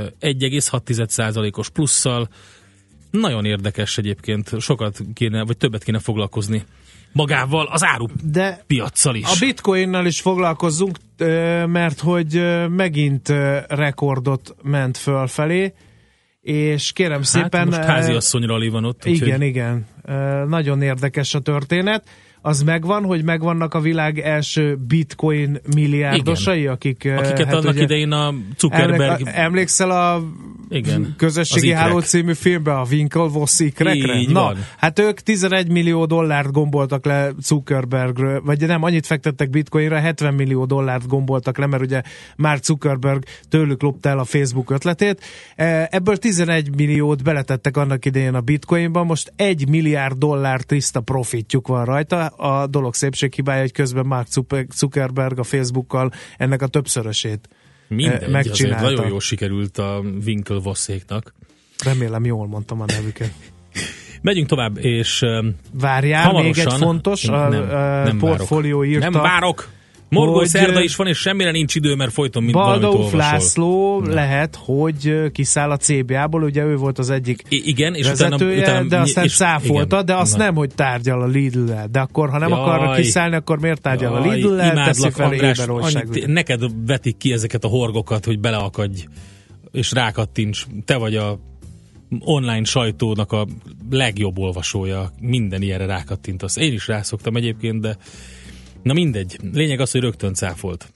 1,6%-os plusszal. Nagyon érdekes egyébként, sokat kéne, vagy többet kéne foglalkozni magával, az árupiaccal is.
A bitcoinnal is foglalkozzunk, mert hogy megint rekordot ment fölfelé, és kérem szépen...
most háziasszonyrali van ott.
Igen. Nagyon érdekes a történet. Az megvan, hogy megvannak a világ első bitcoin milliárdosai, akiket
annak idején a Zuckerberg...
Emlékszel a közösségi háló című filmbe, a Winklevoss-ikrekre? Hát ők $11 millió gomboltak le Zuckerbergről, vagy nem, annyit fektettek bitcoinra, $70 millió gomboltak le, mert ugye Mark Zuckerberg tőlük lopta el a Facebook ötletét. Ebből 11 milliót beletettek annak idején a bitcoinba, most $1 milliárd tiszta profitjuk van rajta. A dolog szépséghibája, hogy közben Mark Zuckerberg a Facebookkal ennek a többszörösét megcsinálta.
Azért nagyon jól sikerült a Winklevosséknak.
Remélem jól mondtam a nevüket.
Megyünk tovább, és
várjál,
hamarosan,
még egy fontos,
nem
portfólió írta.
Nem várok! Morgó szerda is van, és semmire nincs idő, mert folyton valamit olvasol.
László lehet, hogy kiszáll a CBA-ból, ugye ő volt az egyik
és
vezetője, de aztán cáfolta, de azt nem, hogy tárgyal a Lidl-lel. De akkor, ha nem akar kiszállni, akkor miért tárgyal a Lidl-lel? Teszi fel
neked vetik ki ezeket a horgokat, hogy beleakadj, és rákattints. Te vagy a online sajtónak a legjobb olvasója. Minden ilyenre rákattintasz. Én is rászoktam egyébként, de na mindegy. Lényeg az, hogy rögtön cáfolt.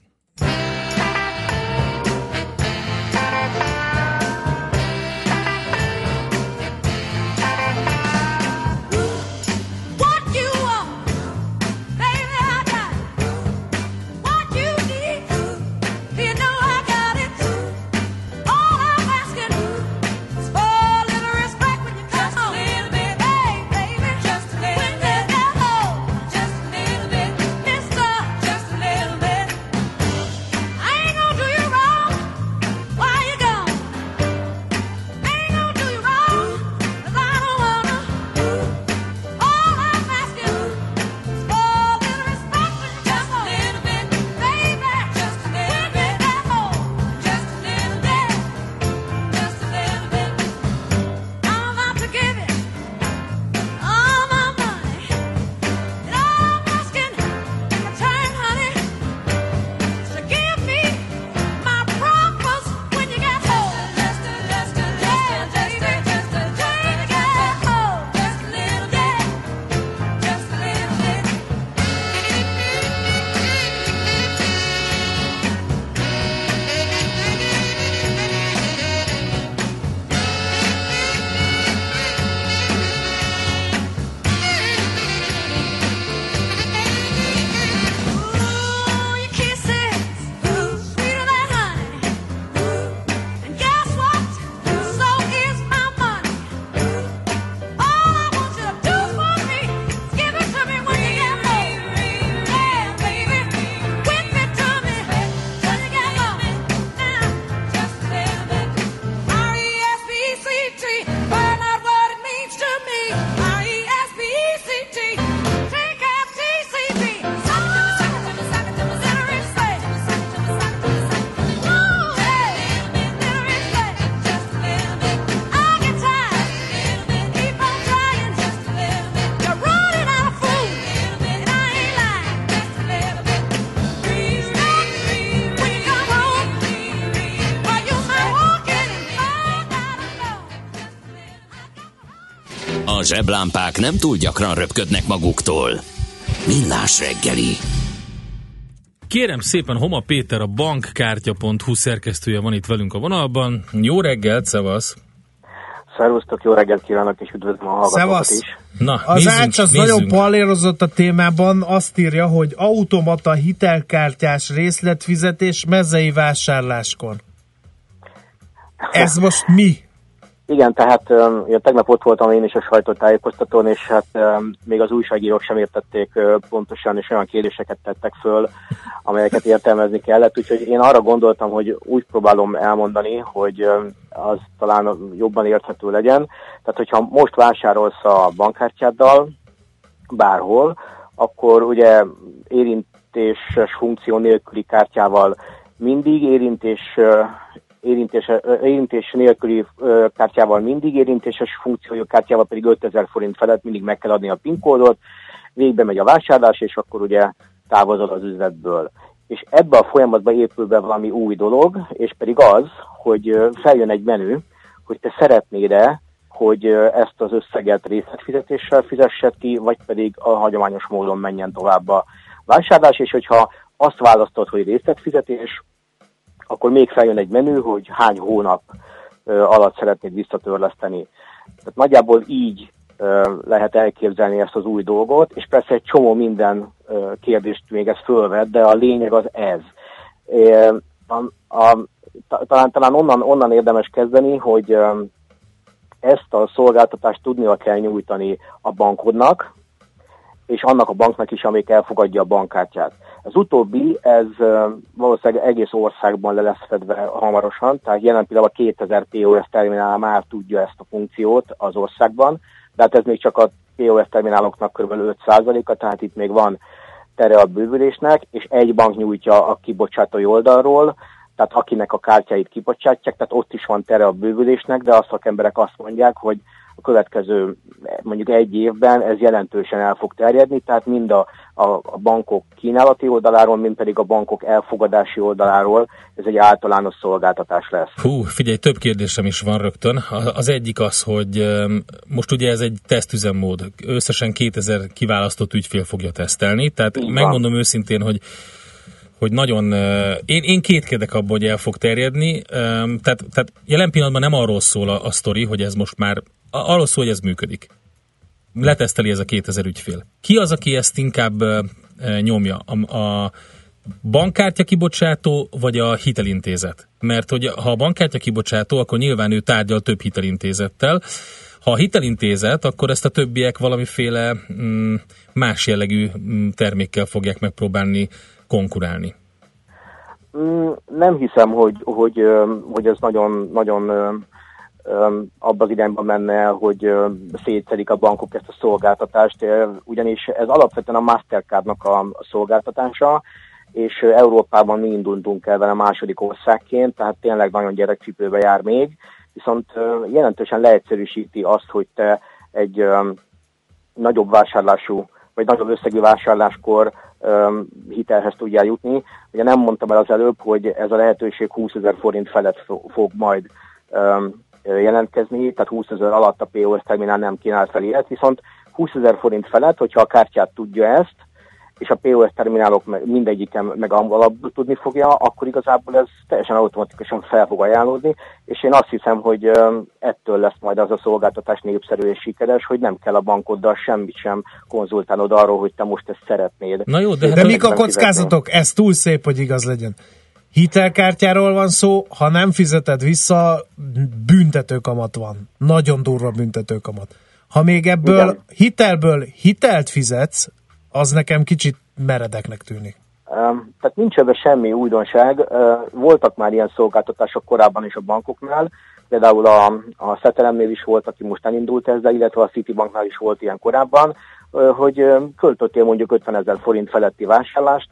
A zseblámpák nem túl gyakran röpködnek maguktól. Millás reggeli.
Kérem szépen, Homa Péter, a bankkártya.hu szerkesztője van itt velünk a vonalban. Jó reggelt, szevasz!
Szervusztok, jó reggelt kívánok, és üdvözlöm a hallgatókat is.
Na,
az Ács az nagyon pallérozott a témában, azt írja, hogy automata hitelkártyás részletfizetés mezei vásárláskor. Ez most mi?
Igen, tehát tegnap ott voltam én is a sajtótájékoztatón, és hát még az újságírók sem értették pontosan, és olyan kérdéseket tettek föl, amelyeket értelmezni kellett, úgyhogy én arra gondoltam, hogy úgy próbálom elmondani, hogy az talán jobban érthető legyen. Tehát, hogyha most vásárolsz a bankkártyáddal bárhol, akkor ugye érintéses funkció nélküli kártyával mindig, érintés nélküli kártyával mindig, érintéses funkciójú kártyával pedig 5000 forint felett mindig meg kell adni a PIN kódot, végbe megy a vásárlás, és akkor ugye távozol az üzletből. És ebbe a folyamatba épül be valami új dolog, és pedig az, hogy feljön egy menü, hogy te szeretnéd-e, hogy ezt az összeget részletfizetéssel fizessed ki, vagy pedig a hagyományos módon menjen tovább a vásárlás, és hogyha azt választod, hogy részletfizetés, akkor még feljön egy menü, hogy hány hónap alatt szeretnéd visszatörleszteni. Tehát nagyjából így lehet elképzelni ezt az új dolgot, és persze egy csomó minden kérdést még ez fölvet, de a lényeg az ez. Talán onnan érdemes kezdeni, hogy ezt a szolgáltatást tudnia kell nyújtani a bankodnak, és annak a banknak is, amelyik elfogadja a bankkártyát. Az utóbbi, ez valószínűleg egész országban le lesz fedve hamarosan, tehát jelen pillanatban 2000 POS terminál már tudja ezt a funkciót az országban, de hát ez még csak a POS termináloknak kb. 5%-a, tehát itt még van tere a bővülésnek, és egy bank nyújtja a kibocsátói oldalról, tehát akinek a kártyáit kibocsátják, tehát ott is van tere a bővülésnek, de a szakemberek azt mondják, hogy a következő mondjuk egy évben ez jelentősen el fog terjedni, tehát mind a bankok kínálati oldaláról, mind pedig a bankok elfogadási oldaláról ez egy általános szolgáltatás lesz.
Figyelj, több kérdésem is van rögtön. Az egyik az, hogy most ugye ez egy tesztüzemmód. Összesen 2000 kiválasztott ügyfél fogja tesztelni, tehát megmondom őszintén, hogy nagyon... Én kétkedek abban, hogy el fog terjedni. Tehát jelen pillanatban nem arról szól a sztori, hogy ez most már... Arról szól, hogy ez működik. Leteszteli ez a 2000 ügyfél. Ki az, aki ezt inkább nyomja? A bankkártya kibocsátó, vagy a hitelintézet? Mert hogy ha a bankkártya kibocsátó, akkor nyilván ő tárgyal több hitelintézettel. Ha a hitelintézet, akkor ezt a többiek valamiféle más jellegű termékkel fogják megpróbálni konkurálni.
Nem hiszem, hogy ez nagyon abban az irányban menne el, hogy szétszedik a bankok ezt a szolgáltatást, ugyanis ez alapvetően a Mastercardnak a szolgáltatása, és Európában mi indultunk el vele második országként, tehát tényleg nagyon gyerekcipőbe jár még, viszont jelentősen leegyszerűsíti azt, hogy te egy nagyobb vásárlású, vagy nagyobb összegű vásárláskor hitelhez tudjál jutni. Ugye nem mondtam el az előbb, hogy ez a lehetőség 20 000 forint felett fog majd jelentkezni, tehát 20 000 alatt a POS terminál nem kínál fel ilyet, viszont 20 000 forint felett, hogyha a kártyát tudja ezt, és a POS terminálok mindegyiken meg alapból tudni fogja, akkor igazából ez teljesen automatikusan fel fog ajánlódni, és én azt hiszem, hogy ettől lesz majd az a szolgáltatás népszerű és sikeres, hogy nem kell a bankoddal semmit sem konzultálnod arról, hogy te most ezt szeretnéd.
Na jó, de mik a kockázatok? Ez túl szép, hogy igaz legyen. Hitelkártyáról van szó, ha nem fizeted vissza, büntetőkamat van. Nagyon durva büntetőkamat. Ha még ebből hitelből hitelt fizetsz, az nekem kicsit meredeknek tűnik.
Tehát nincs ebben semmi újdonság. Voltak már ilyen szolgáltatások korábban is a bankoknál, például a Szetelemnél is volt, aki most elindult ezzel, illetve a Citibanknál is volt ilyen korábban, hogy költöttél mondjuk 50 000 forint feletti vásárlást,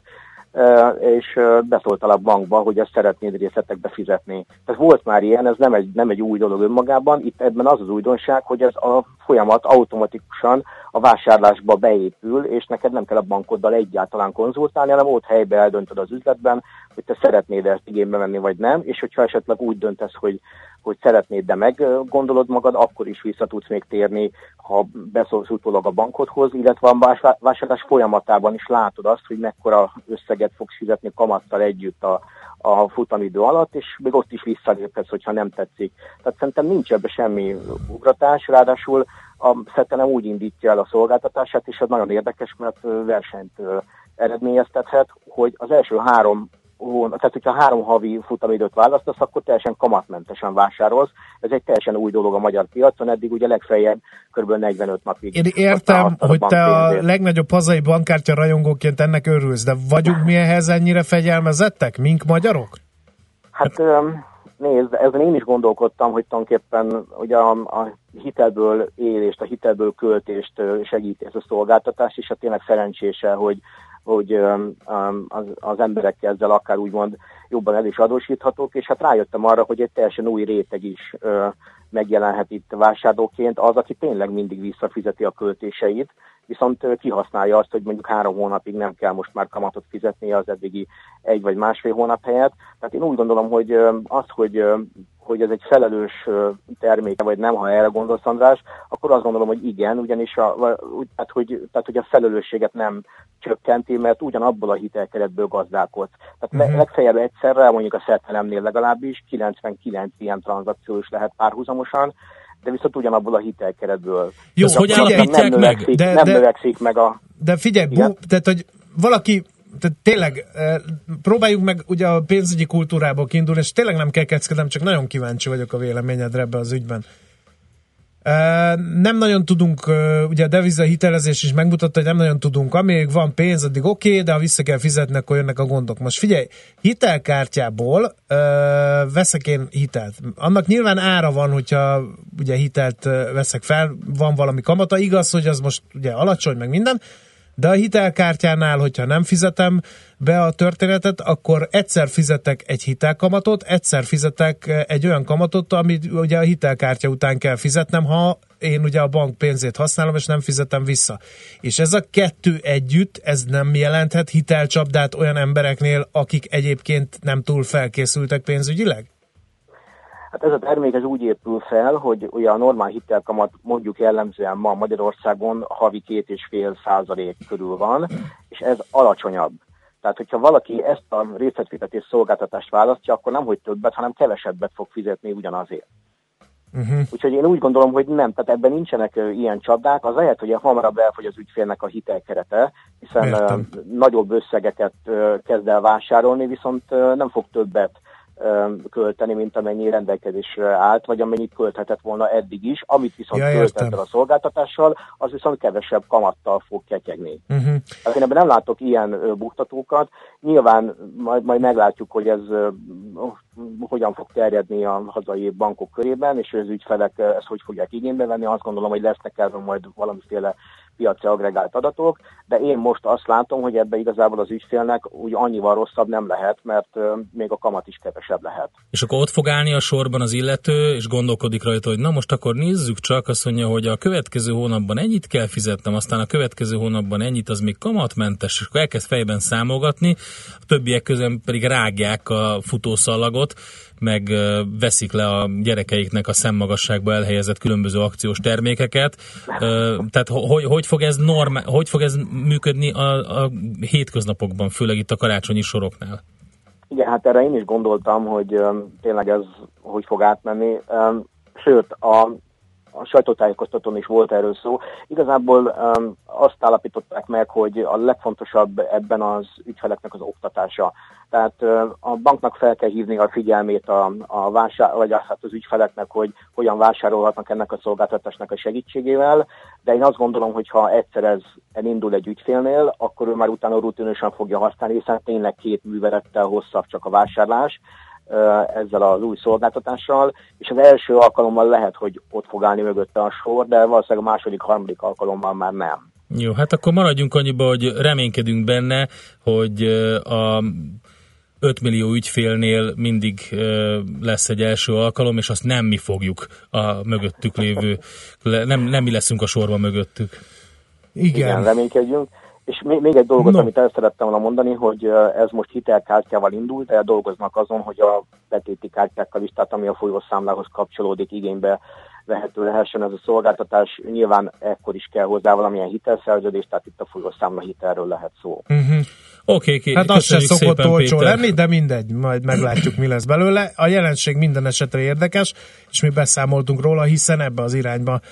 és beszóltál a bankba, hogy ezt szeretnéd részletekbe fizetni. Tehát volt már ilyen, ez nem egy új dolog önmagában, itt ebben az az újdonság, hogy ez a folyamat automatikusan a vásárlásba beépül, és neked nem kell a bankoddal egyáltalán konzultálni, hanem ott helyben eldöntöd az üzletben, hogy te szeretnéd ezt igénybe venni, vagy nem, és hogyha esetleg úgy döntesz, hogy szeretnéd, de meg gondolod magad, akkor is vissza tudsz még térni, ha beszólsz utólag a bankodhoz, illetve a vásárlás folyamatában is látod azt, hogy mekkora összeget fogsz fizetni kamattal együtt a futamidő alatt, és még ott is visszaléphetsz, hogyha nem tetszik. Tehát szerintem nincs ebben semmi ugratás, ráadásul a Szetelem úgy indítja el a szolgáltatását, és ez nagyon érdekes, mert versenyt eredményeztethet, hogy az első 3 tehát hogyha 3 havi futamidőt választasz, akkor teljesen kamatmentesen vásárolsz. Ez egy teljesen új dolog a magyar piacon, eddig ugye legfeljebb kb. 45 napig.
Én értem, hogy te a legnagyobb hazai bankkártya rajongóként ennek örülsz, de vagyunk mi ehhez ennyire fegyelmezettek, mink magyarok?
Hát nézd, ezen én is gondolkodtam, hogy tulajdonképpen ugye a hitelből élést, a hitelből költést segíti ez a szolgáltatás, és hát tényleg szerencsése, hogy az emberek ezzel akár úgymond jobban el is adósíthatók, és hát rájöttem arra, hogy egy teljesen új réteg is megjelenhet itt vásárlóként, az, aki tényleg mindig visszafizeti a költéseit, viszont kihasználja azt, hogy mondjuk 3 hónapig nem kell most már kamatot fizetnie az eddigi 1 vagy másfél hónap helyett. Tehát én úgy gondolom, hogy az, hogy ez egy felelős terméke, vagy nem, ha erre gondolsz, András, akkor azt gondolom, hogy igen, ugyanis hogy a felelősséget nem csökkenti, mert ugyanabból a hitelkeretből gazdálkodsz. Tehát legfeljebb egyszerre, mondjuk a Szetelemnél legalábbis 99 ilyen tranzakció is lehet párhuzamosan, de viszont ugyanabból a hitelkeretből.
Jó, hogy állapítják meg?
Nem növekszik meg a...
De figyelj, tehát, hogy valaki, tehát tényleg próbáljuk meg ugye a pénzügyi kultúrából kiindulni, és tényleg nem kell keckedem, csak nagyon kíváncsi vagyok a véleményedre ebbe az ügyben. Nem nagyon tudunk, ugye a deviza hitelezés is megmutatta, hogy nem nagyon tudunk, amíg van pénz, addig oké, de ha vissza kell fizetni, akkor jönnek a gondok. Most figyelj, hitelkártyából veszek én hitelt. Annak nyilván ára van, hogyha ugye hitelt veszek fel, van valami kamata, igaz, hogy az most ugye alacsony, meg minden, de a hitelkártyánál, hogyha nem fizetem be a történetet, akkor egyszer fizetek egy hitelkamatot, egyszer fizetek egy olyan kamatot, amit ugye a hitelkártya után kell fizetnem, ha én ugye a bank pénzét használom, és nem fizetem vissza. És ez a kettő együtt, ez nem jelenthet hitelcsapdát olyan embereknél, akik egyébként nem túl felkészültek pénzügyileg?
Hát ez a termék ez úgy épül fel, hogy ugye a normál hitelkamat mondjuk jellemzően ma Magyarországon havi 2,5% körül van, és ez alacsonyabb. Tehát, hogyha valaki ezt a részletfizetés szolgáltatást választja, akkor nem hogy többet, hanem kevesebbet fog fizetni ugyanazért. Úgyhogy én úgy gondolom, hogy nem, tehát ebben nincsenek ilyen csapdák, az lehet, hogy hamarabb elfogy az ügyfélnek a hitelkerete, hiszen nagyobb összegeket kezd el vásárolni, viszont nem fog többet költeni, mint amennyi rendelkezésre állt, vagy amennyit költhetett volna eddig is, amit viszont költett el a szolgáltatással, az viszont kevesebb kamattal fog ketyegni. Hát én ebben nem látok ilyen buktatókat. Nyilván majd meglátjuk, hogy ez hogyan fog terjedni a hazai bankok körében, és az ügyfelek ezt hogy fogják igénybe venni. Azt gondolom, hogy lesznek erről majd valamiféle piaci agregált adatok, de én most azt látom, hogy ebbe igazából az ügyfélnek úgy annyival rosszabb nem lehet, mert még a kamat is kevesebb lehet.
És akkor ott fog állni a sorban az illető, és gondolkodik rajta, hogy na most akkor nézzük csak, azt mondja, hogy a következő hónapban ennyit kell fizetnem, aztán a következő hónapban ennyit, az még kamatmentes, és akkor elkezd fejben számolgatni, a többiek közben pedig rágják a futószallagot, meg veszik le a gyerekeiknek a szemmagasságba elhelyezett különböző akciós termékeket. Tehát hogy fog ez működni a hétköznapokban, főleg itt a karácsonyi soroknál?
Igen, hát erre én is gondoltam, hogy tényleg ez hogy fog átmenni. Sőt, a sajtótájékoztatón is volt erről szó. Igazából azt állapították meg, hogy a legfontosabb ebben az ügyfeleknek az oktatása. Tehát a banknak fel kell hívni a figyelmét az ügyfeleknek, hogy hogyan vásárolhatnak ennek a szolgáltatásnak a segítségével, de én azt gondolom, hogy ha egyszer ez elindul egy ügyfélnél, akkor ő már utána rutinösen fogja használni, hiszen tényleg 2 művelettel hosszabb csak a vásárlás ezzel az új szolgáltatással, és az első alkalommal lehet, hogy ott fog állni mögötte a sor, de valószínűleg a második, harmadik alkalommal már nem.
Jó, hát akkor maradjunk annyiba, hogy reménykedünk benne, hogy a 5 millió ügyfélnél mindig lesz egy első alkalom, és azt nem mi fogjuk a mögöttük lévő, nem mi leszünk a sorban mögöttük.
Igen, reménykedjünk. És még egy dolgot, amit el szerettem volna mondani, hogy ez most hitelkártyával indult, de dolgoznak azon, hogy a betéti kártyákkal is, tehát ami a folyószámlához kapcsolódik, igénybe vehető lehessen ez a szolgáltatás. Nyilván ekkor is kell hozzá valamilyen hitelszerződés, tehát itt a folyószámla hitelről lehet szó.
Oké,
hát az se szokott olcsó lenni, de mindegy, majd meglátjuk, mi lesz belőle. A jelenség minden esetre érdekes, és mi beszámoltunk róla, hiszen ebbe az irányba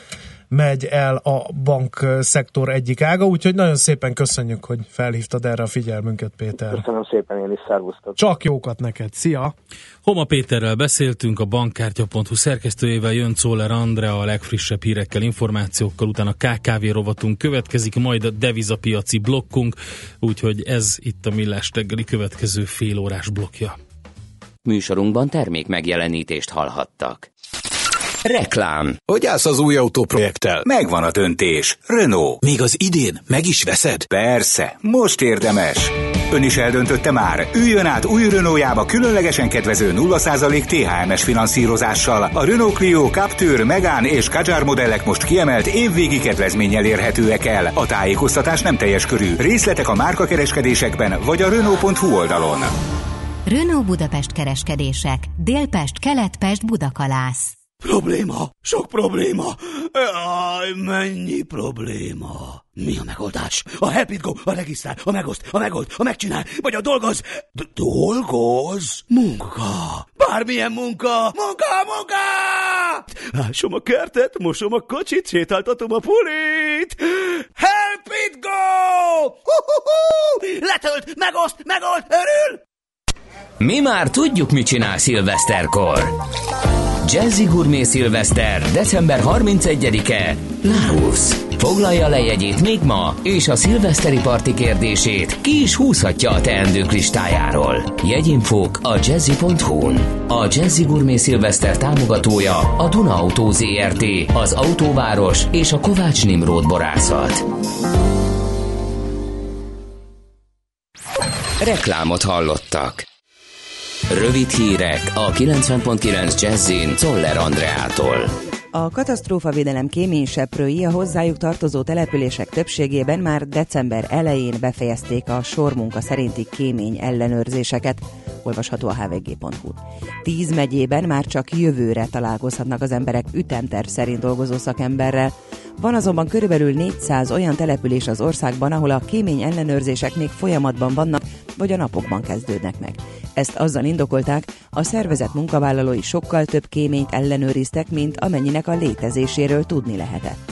megy el a bankszektor egyik ága, úgyhogy nagyon szépen köszönjük, hogy felhívtad erre a figyelmünket, Péter.
Köszönöm szépen, én is, szervusztok.
Csak jókat neked, szia!
Homa Péterrel beszéltünk, a bankkártya.hu szerkesztőjével, jön Czoller Andrea a legfrissebb hírekkel, információkkal, utána KKV rovatunk következik, majd a devizapiaci blokkunk, úgyhogy ez itt a Millás reggeli következő félórás blokkja.
Műsorunkban termék megjelenítést hallhattak. Reklám.
Hogy állsz az új autóprojekttel?
Megvan a döntés. Renault.
Még az idén meg is veszed?
Persze, most érdemes. Ön is eldöntötte már? Üljön át új Renaultjába különlegesen kedvező 0% THM-es finanszírozással. A Renault Clio, Captur, Megane és Kadjar modellek most kiemelt évvégi kedvezménnyel érhetőek el. A tájékoztatás nem teljes körű. Részletek a márkakereskedésekben vagy a Renault.hu oldalon.
Renault Budapest kereskedések. Délpest, Keletpest, Budakalász.
Probléma, sok probléma. Jaj, mennyi probléma. Mi a megoldás? A Help Go, a regisztrál, a megoszt, a megold, a megcsinál, vagy a dolgoz. Dolgoz? Munka. Bármilyen munka. Munka! Ásom a kertet, mosom a kocsit, sétáltatom a pulit. Help Go! Letölt, megoszt, megold, örül.
Mi már tudjuk, mit csinál szilveszterkor. Jazzy Gourmet Szilveszter, december 31-e, Larusz. Foglalja le jegyét még ma, és a szilveszteri parti kérdését ki is húzhatja a teendők listájáról. Jegyinfók a jazzy.hu-n. A Jazzy Gourmet Szilveszter támogatója a Duna Autó Zrt., az Autóváros és a Kovács Nimród borászat. Reklámot hallottak. Rövid hírek a 90.9 Jazzin Czoller Andreától.
A katasztrófavédelem kéményseprői a hozzájuk tartozó települések többségében már december elején befejezték a sormunka szerinti kémény ellenőrzéseket, olvasható a hvg.hu. 10 megyében már csak jövőre találkozhatnak az emberek ütemterv szerint dolgozó szakemberrel. Van azonban körülbelül 400 olyan település az országban, ahol a kémény ellenőrzések még folyamatban vannak, vagy a napokban kezdődnek meg. Ezt azzal indokolták, a szervezet munkavállalói sokkal több kéményt ellenőriztek, mint amennyinek a létezéséről tudni lehetett.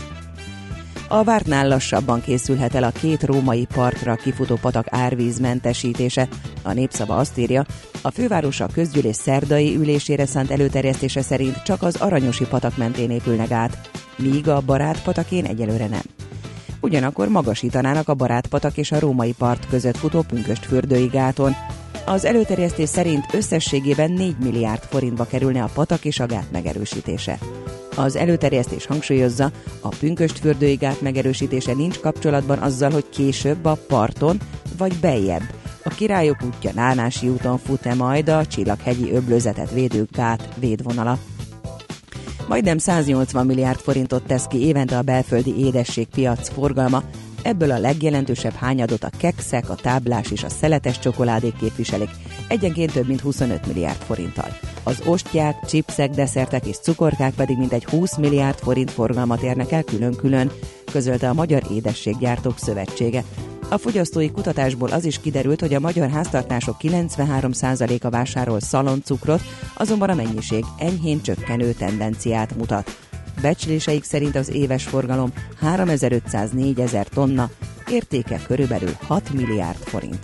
A vártnál lassabban készülhet el a 2 római partra kifutó patak árvízmentesítése. A Népszava azt írja, a fővárosa közgyűlés szerdai ülésére szánt előterjesztése szerint csak az Aranyosi patak mentén épülnek át, míg a Barátpatakén egyelőre nem. Ugyanakkor magasítanának a Barátpatak és a római part között futó Pünkösdfürdői gáton. Az előterjesztés szerint összességében 4 milliárd forintba kerülne a patak és a gát megerősítése. Az előterjesztés hangsúlyozza, a Pünkösdfürdői gát megerősítése nincs kapcsolatban azzal, hogy később a parton vagy beljebb. A Királyok útja Nánási úton fut-e majd a Csillaghegyi öblözetet védő gát védvonala. Majdnem 180 milliárd forintot tesz ki évente a belföldi édességpiac forgalma, ebből a legjelentősebb hányadot a kekszek, a táblás és a szeletes csokoládék képviselik, egyenként több mint 25 milliárd forinttal. Az ostyák, chipsek, desszertek és cukorkák pedig mintegy 20 milliárd forint forgalmat érnek el külön-külön, közölte a Magyar Édességgyártók Szövetsége. A fogyasztói kutatásból az is kiderült, hogy a magyar háztartások 93%-a vásárol szaloncukrot, azonban a mennyiség enyhén csökkenő tendenciát mutat. Becsléseik szerint az éves forgalom 3500-4000 tonna, értéke körülbelül 6 milliárd forint.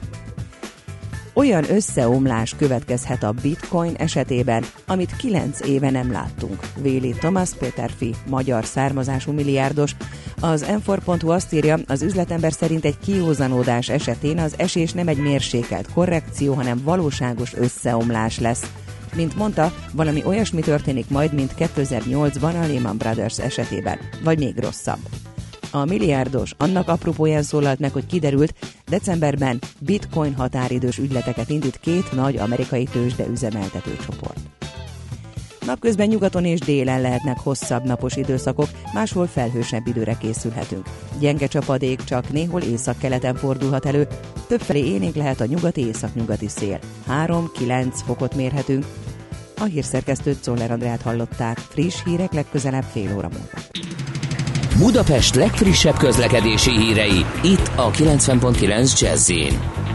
Olyan összeomlás következhet a bitcoin esetében, amit 9 éve nem láttunk, véli Thomas Peterfi, magyar származású milliárdos. Az m4.hu azt írja, az üzletember szerint egy kiózanodás esetén az esés nem egy mérsékelt korrekció, hanem valóságos összeomlás lesz. Mint mondta, valami olyasmi történik majd, mint 2008-ban a Lehman Brothers esetében, vagy még rosszabb. A milliárdos annak apropóján szólalt meg, hogy kiderült, decemberben bitcoin határidős ügyleteket indít 2 nagy amerikai tőzsde üzemeltető csoport. Napközben nyugaton és délen lehetnek hosszabb napos időszakok, máshol felhősebb időre készülhetünk. Gyenge csapadék csak néhol északkeleten fordulhat elő, többfelé élénk lehet a nyugati-északnyugati szél. 3-9 fokot mérhetünk. A hírszerkesztőt, Czoller Andreát hallották, friss hírek legközelebb fél óra múlva.
Budapest legfrissebb közlekedési hírei, itt a 90.9 Jazz-in.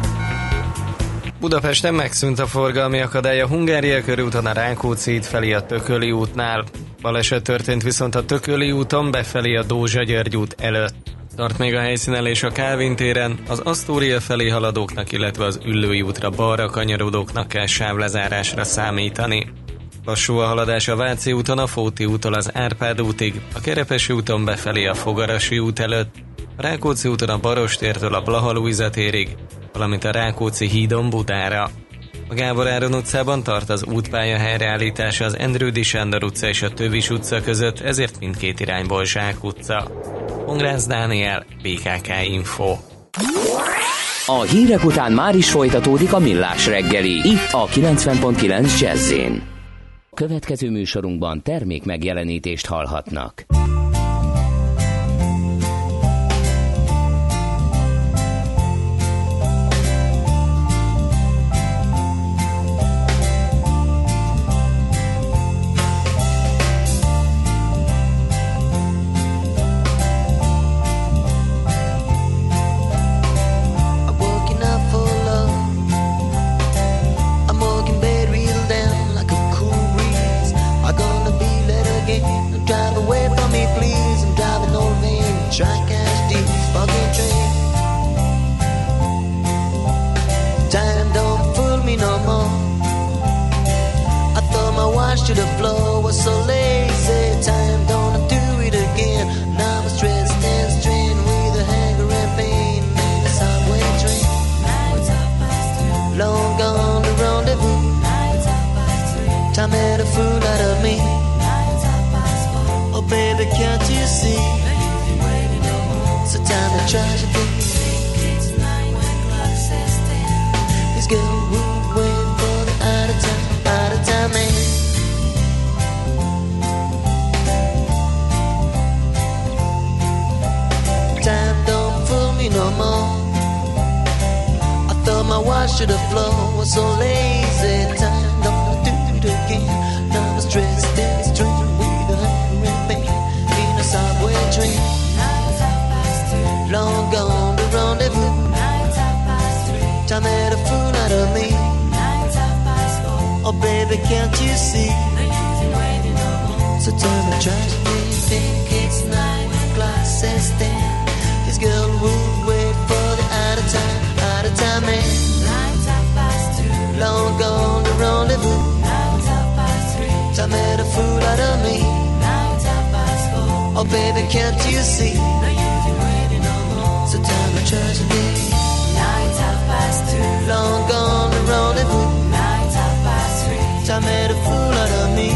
Budapesten megszűnt a forgalmi akadály a Hungária körúton a Rákóczi híd felé a Tököli útnál. Baleset történt viszont a Tököli úton befelé a Dózsa-György út előtt. Tart még a helyszínelés a Kálvin téren, az Asztória felé haladóknak, illetve az Üllői útra balra kanyarodóknak kell sávlezárásra számítani. Lassú a haladás a Váci úton a Fóti úttól az Árpád útig, a Kerepesi úton befelé a Fogarasi út előtt, a Rákóczi úton a Barostértől a Blaha Lujza térig, valamint a Rákóczi hídon Budára. A Gábor Áron utcában tart az útpálya helyreállítása az Endrődi Sándor utca és a Tövis utca között, ezért mindkét irányból Zsák utca. Pongrász Dániel, BKK Info.
A hírek után már is folytatódik a Millás reggeli, itt a 90.9 Jazz-én. Következő műsorunkban termék megjelenítést hallhatnak.
To the floor was so lazy. Time don't do it again. Now I'm stressed and strained with a hanger and pain in a subway train. Long gone the rendezvous. Time made a fool out of me. Oh baby, can't you see? So time to tragedy. This girl would wait for the out of time man. Time don't fool me no more. I throw my watch to the floor, was so lazy. Time don't do it again. Now I'm stressed and strained with a hunger and pain in a subway train. Long gone the rendezvous. Time made a fool out of me. Oh baby, can't you see? So tell me, try to think it's 9 o'clock, says then. This girl would wait for the out of time man. Long gone the rendezvous. Time made a fool out of me. Oh baby, can't you see? So time to tragedy. Long gone the rendezvous. Time made a fool out of me.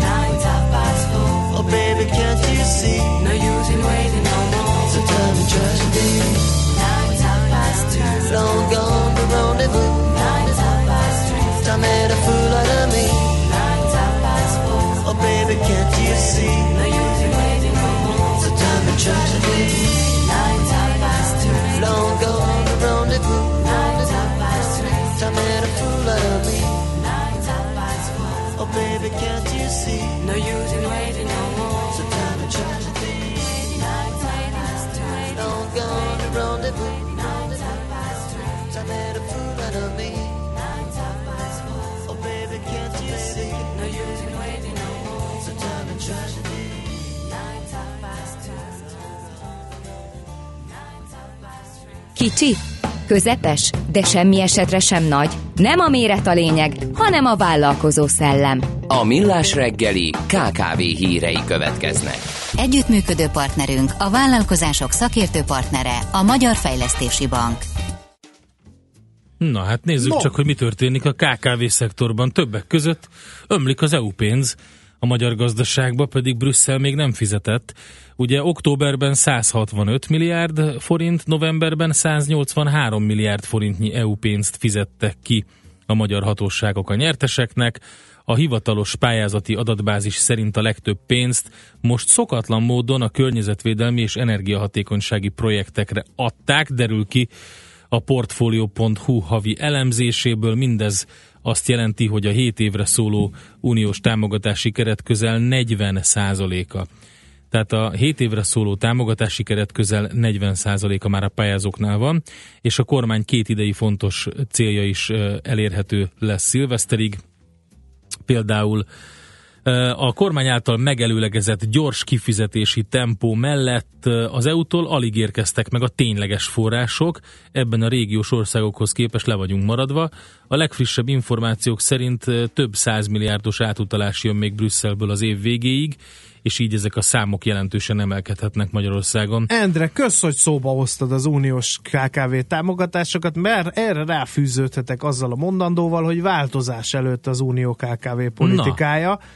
Oh baby, can't you see? No use in waiting no more. So time to tragedy. Long gone the rendezvous. Time made a fool out of me. Oh baby, can't you see? No use in waiting no more. So time to tragedy. Long gone the rendezvous. Time made a fool out of me. Oh baby, can't you see? No use in waiting no more. So time to tragedy. Long gone the rendezvous. Time made a fool out of me. Oh baby, can't you see? No use in waiting no more. So time to tragedy.
Kicsi, közepes, de semmi esetre sem nagy. Nem a méret a lényeg, hanem a vállalkozó szellem.
A Millás reggeli KKV hírei következnek.
Együttműködő partnerünk, a vállalkozások szakértő partnere, a Magyar Fejlesztési Bank.
Na hát nézzük csak, hogy mi történik a KKV szektorban. Többek között ömlik az EU pénz, a magyar gazdaságba pedig Brüsszel még nem fizetett. Ugye októberben 165 milliárd forint, novemberben 183 milliárd forintnyi EU pénzt fizettek ki a magyar hatóságok a nyerteseknek. A hivatalos pályázati adatbázis szerint a legtöbb pénzt most szokatlan módon a környezetvédelmi és energiahatékonysági projektekre adták, derül ki a Portfolio.hu havi elemzéséből. Mindez azt jelenti, hogy a 7 évre szóló uniós támogatási keret közel 40%-a. Tehát a 7 évre szóló támogatási keret közel 40%-a már a pályázóknál van, és a kormány két idei fontos célja is elérhető lesz szilveszterig. Például A kormány által megelőlegezett gyors kifizetési tempó mellett az EU-tól alig érkeztek meg a tényleges források, ebben a régiós országokhoz képest le vagyunk maradva. A legfrissebb információk szerint több 100 milliárdos átutalás jön még Brüsszelből az év végéig, és így ezek a számok jelentősen emelkedhetnek Magyarországon.
Endre, kösz, hogy szóba hoztad az uniós KKV támogatásokat, mert erre ráfűződhetek azzal a mondandóval, hogy változás előtt az unió KKV politikája. Na.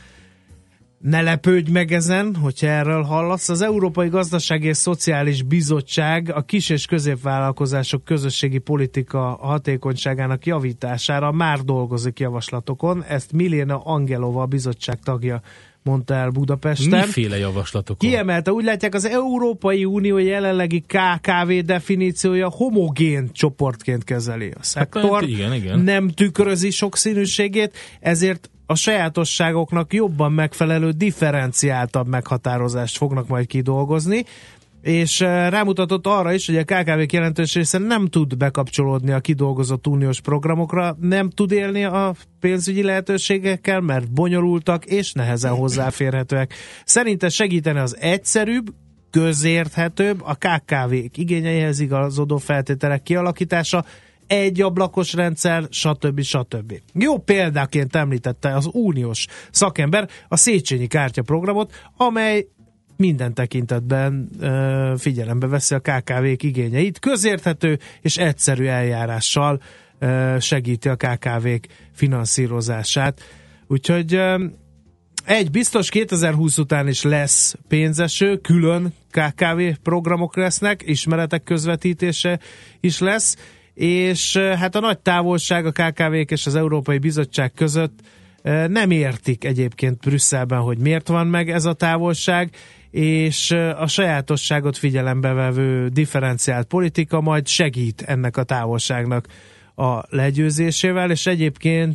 Ne lepődj meg ezen, hogyha erről hallasz. Az Európai Gazdasági és Szociális Bizottság a kis- és középvállalkozások közösségi politika hatékonyságának javítására már dolgozik javaslatokon. Ezt Milena Angelova, a bizottság tagja mondta el Budapesten.
Miféle javaslatokon?
Kiemelte, úgy látják, az Európai Unió jelenlegi KKV definíciója homogén csoportként kezeli a szektor.
Hát, igen.
Nem tükrözi sokszínűségét, ezért a sajátosságoknak jobban megfelelő, differenciáltabb meghatározást fognak majd kidolgozni, és rámutatott arra is, hogy a KKV-k jelentős része nem tud bekapcsolódni a kidolgozott uniós programokra, nem tud élni a pénzügyi lehetőségekkel, mert bonyolultak és nehezen hozzáférhetőek. Szerinte segítene az egyszerűbb, közérthetőbb, a KKV-k igényeihez igazodó feltételek kialakítása, egy ablakos rendszer, stb. Jó példáként említette az uniós szakember a Széchenyi kártyaprogramot, amely minden tekintetben figyelembe veszi a KKV-k igényeit, közérthető és egyszerű eljárással segíti a KKV-k finanszírozását. Úgyhogy egy biztos, 2020 után is lesz pénzeső, külön KKV programok lesznek, ismeretek közvetítése is lesz, és hát a nagy távolság a KKV-k és az Európai Bizottság között nem értik egyébként Brüsszelben, hogy miért van meg ez a távolság, és a sajátosságot figyelembe vevő differenciált politika majd segít ennek a távolságnak a legyőzésével, és egyébként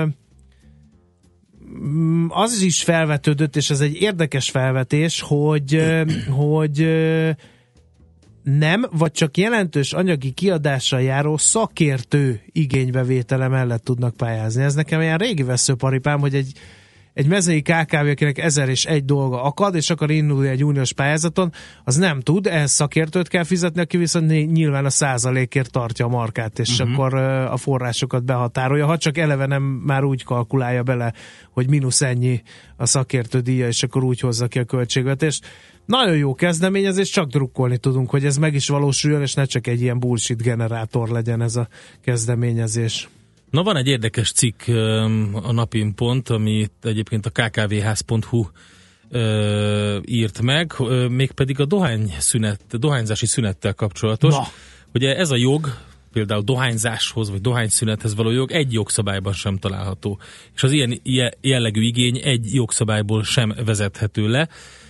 az is felvetődött, és ez egy érdekes felvetés, hogy nem, vagy csak jelentős anyagi kiadással járó szakértő igénybevétele mellett tudnak pályázni. Ez nekem ilyen régi veszőparipám, hogy egy mezei KKV, akinek 1001 dolga akad, és akar indulni egy uniós pályázaton, az nem tud, ehhez szakértőt kell fizetni, aki viszont nyilván a százalékért tartja a markát, és akkor a forrásokat behatárolja, ha csak eleve nem már úgy kalkulálja bele, hogy mínusz ennyi a szakértő díja, és akkor úgy hozza ki a költségvetést. Nagyon jó kezdeményezés, csak drukkolni tudunk, hogy ez meg is valósuljon, és ne csak egy ilyen bullshit generátor legyen ez a kezdeményezés.
Na, van egy érdekes cikk a Napin Pont, amit egyébként a kkvház.hu írt meg, mégpedig a dohányzási szünettel kapcsolatos. Na. Ugye ez a jog, például dohányzáshoz vagy dohányszünethez való jog egy jogszabályban sem található. És az ilyen jellegű igény egy jogszabályból sem vezethető le.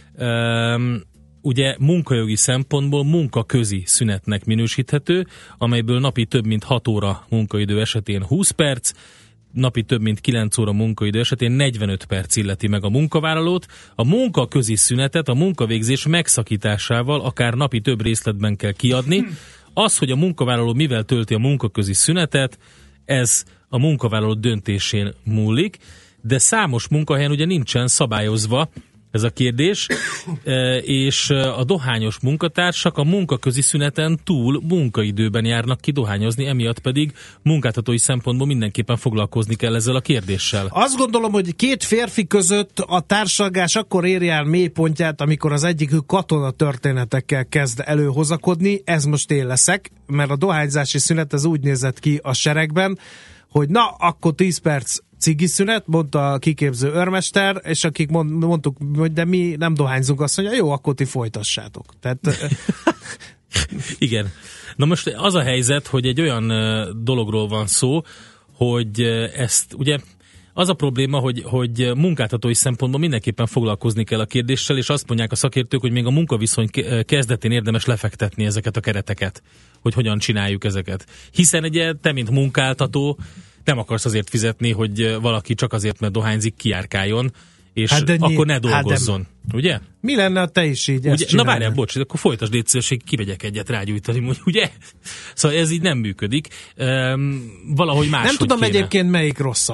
Ugye munkajogi szempontból munkaközi szünetnek minősíthető, amelyből napi több mint 6 óra munkaidő esetén 20 perc, napi több mint 9 óra munkaidő esetén 45 perc illeti meg a munkavállalót. A munkaközi szünetet a munkavégzés megszakításával akár napi több részletben kell kiadni. Az, hogy a munkavállaló mivel tölti a munkaközi szünetet, ez a munkavállaló döntésén múlik, de számos munkahelyen ugye nincsen szabályozva ez a kérdés, és a dohányos munkatársak a munkaközi szüneten túl munkaidőben járnak ki dohányozni, emiatt pedig munkáltatói szempontból mindenképpen foglalkozni kell ezzel a kérdéssel.
Azt gondolom, hogy két férfi között a társalgás akkor éri el mélypontját, amikor az egyikük katona történetekkel kezd előhozakodni, ez most én leszek, mert a dohányzási szünet ez úgy nézett ki a seregben, hogy na, akkor 10 perc cigiszünet, mondta a kiképző őrmester, és akik mondtuk, hogy de mi nem dohányzunk, azt mondja, jó, akkor ti folytassátok. Tehát...
Igen. Na most az a helyzet, hogy egy olyan dologról van szó, hogy ezt ugye az a probléma, hogy munkáltatói szempontból mindenképpen foglalkozni kell a kérdéssel, és azt mondják a szakértők, hogy még a munkaviszony kezdetén érdemes lefektetni ezeket a kereteket, hogy hogyan csináljuk ezeket. Hiszen ugye te, mint munkáltató, nem akarsz azért fizetni, hogy valaki csak azért, mert dohányzik, kijárkáljon, és akkor ne dolgozzon. Ugye?
Mi lenne, ha te is így ezt
csinálni? Na várjál, bocs, akkor folytasd létszőség, kivegyek egyet rágyújtani, ugye? Szóval ez így nem működik. Valahogy máshogy
nem tudom
kéne.
Egyébként melyik rosszabb.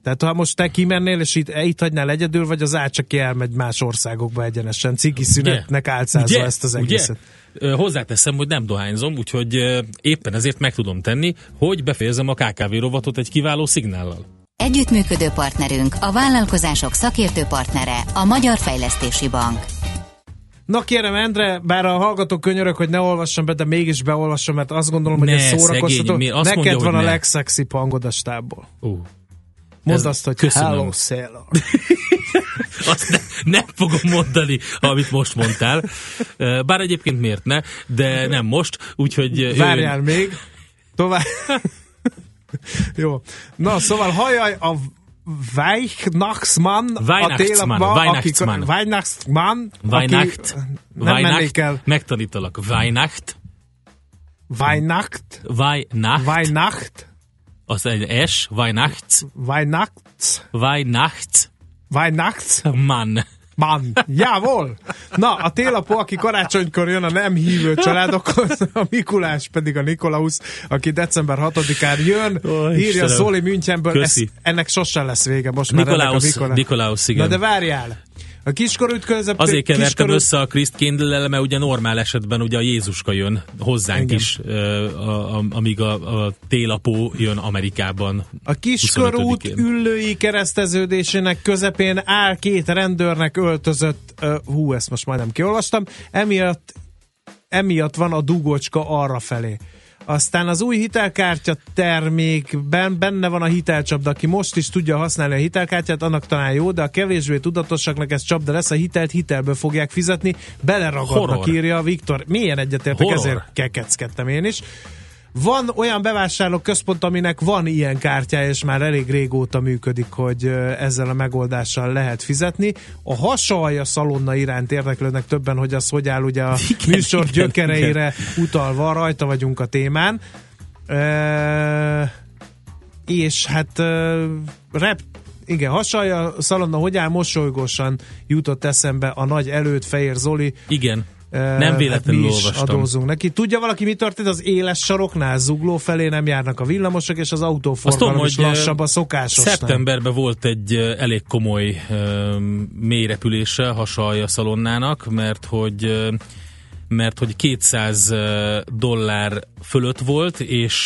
Tehát ha most te kimennél, és itt hagynál egyedül, vagy az csak elmegy más országokba egyenesen, cigi szünetnek álcázva ezt az egészet.
Hozzáteszem, hogy nem dohányzom, úgyhogy éppen ezért meg tudom tenni, hogy befejezem a KKV rovatot egy kiváló szignállal.
Együttműködő partnerünk, a vállalkozások szakértő partnere, a Magyar Fejlesztési Bank.
Na kérem, Endre, bár a hallgatók könyörök, hogy ne olvassam be, de mégis beolvasom, mert azt gondolom, hogy ez szórakoztató. Neked mondja, van a legszexibb hangod a stábból. Mondd azt, hogy
köszönöm.
Hello, sailor.
Azt nem fogom mondani, amit most mondtál. Bár egyébként miért ne, de nem most, úgyhogy...
Várjál még. Tovább. Jó. Na, szóval hajaj a Weihnachtsmann nem mennék el.
Megtanítalak. Weihnacht. Az egy S. Weihnachtsmann.
Jawohl! Na, a télapó, aki karácsonykor jön a nem hívő családokhoz, a Mikulás pedig a Nikolaus, aki december 6-án jön, írja Zoli Münchenből, ennek sosem lesz vége most már
Nikolaus, igen.
Na de várjál! A kiskorút között...
Azért kevertem össze a Christ Kindle-el, mert ugye normál esetben ugye a Jézuska jön hozzánk igen. is, amíg a télapó jön Amerikában.
A kiskorút üllői kereszteződésének közepén áll két rendőrnek öltözött, ezt most majdnem kiolvastam, emiatt van a dugócska arrafelé. Aztán az új hitelkártya termékben benne van a hitelcsapda, aki most is tudja használni a hitelkártyát, annak talán jó, de a kevésbé tudatosaknak ez csapda lesz, a hitelt hitelből fogják fizetni, beleragadnak, írja Viktor. Milyen egyetértek, ezért kekeckedtem én is. Van olyan bevásárlóközpont, aminek van ilyen kártyája, és már elég régóta működik, hogy ezzel a megoldással lehet fizetni. A hasalja szalonna iránt érdeklődnek többen, hogy az hogy áll ugye a műsor gyökereire utalva, rajta vagyunk a témán. És hát igen, hasalja szalonna, hogy áll, mosolygósan jutott eszembe a nagy előtt Fejér Zoli.
Igen. Nem véletlenül olvastam.
Adózunk neki. Tudja valaki, mi történt az éles saroknál? Zugló felé nem járnak a villamosok, és az autóforgalom is lassabb a szokásosnál.
Szeptemberben volt egy elég komoly mélyrepülése Hasalja szalonnának, mert hogy $200 fölött volt,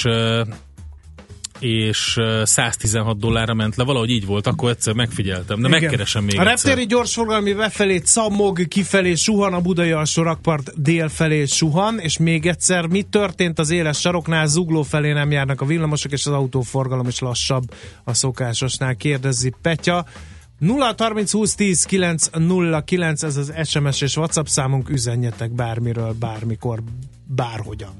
és $116 ment le, valahogy így volt, akkor egyszer megfigyeltem, de igen. Megkeresem még
a reptéri gyorsforgalmi befelé cammog, kifelé suhan, a budai alsó rakpart dél felé suhan, és még egyszer, mi történt az éles saroknál? Zugló felé nem járnak a villamosok, és az autóforgalom is lassabb a szokásosnál, kérdezi Petya. 0-30 20 10 909, ez az SMS és WhatsApp számunk, üzenjetek bármiről, bármikor, bárhogyan.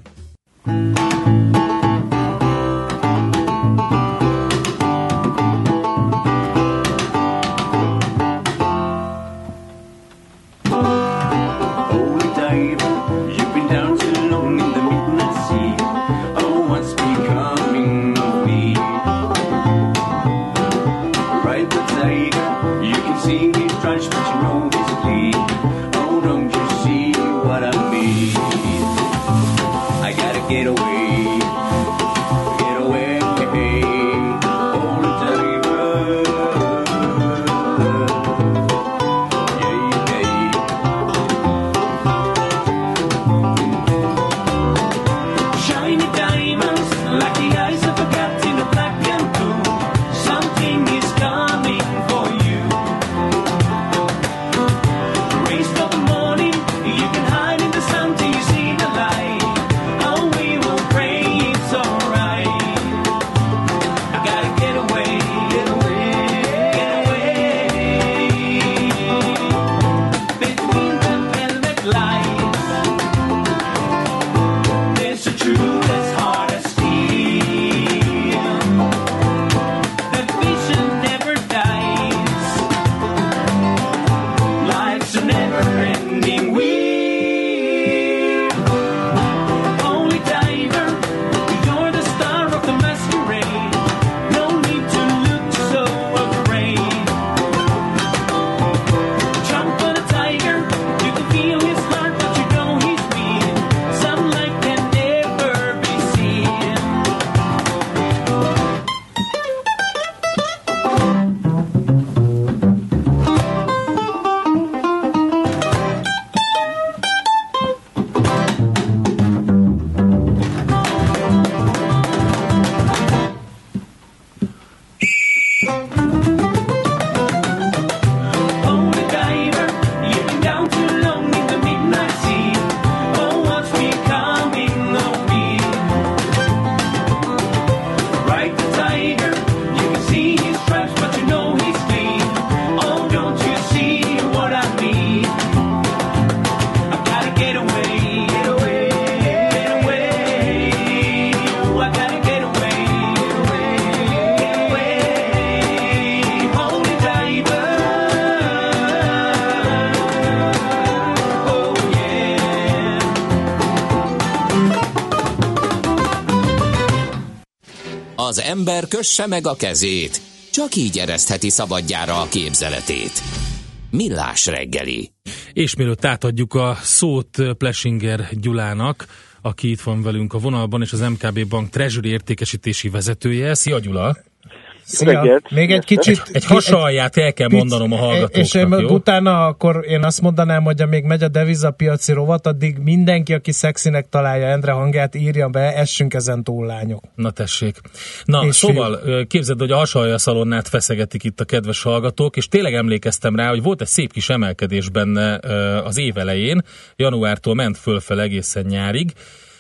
Az ember kösse meg a kezét, csak így eresztheti szabadjára a képzeletét. Millás reggeli.
És mielőtt átadjuk a szót Plesinger Gyulának, aki itt van velünk a vonalban, és az MKB Bank Treasury értékesítési vezetője. Szia, Gyula!
Szia. Még egy kicsit...
Egy hasalját el kell mondanom a hallgatóknak,
és utána akkor én azt mondanám, hogy amíg megy a devizapiaci rovat, addig mindenki, aki szexinek találja Endre hangját, írja be, essünk ezen túl, lányok.
Na tessék. Na, és szóval képzeld, hogy a hasalja szalonnát feszegetik itt a kedves hallgatók, és tényleg emlékeztem rá, hogy volt egy szép kis emelkedés benne az év elején, januártól ment fölfel egészen nyárig,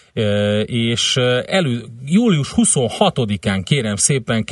és július 26-án kérem szépen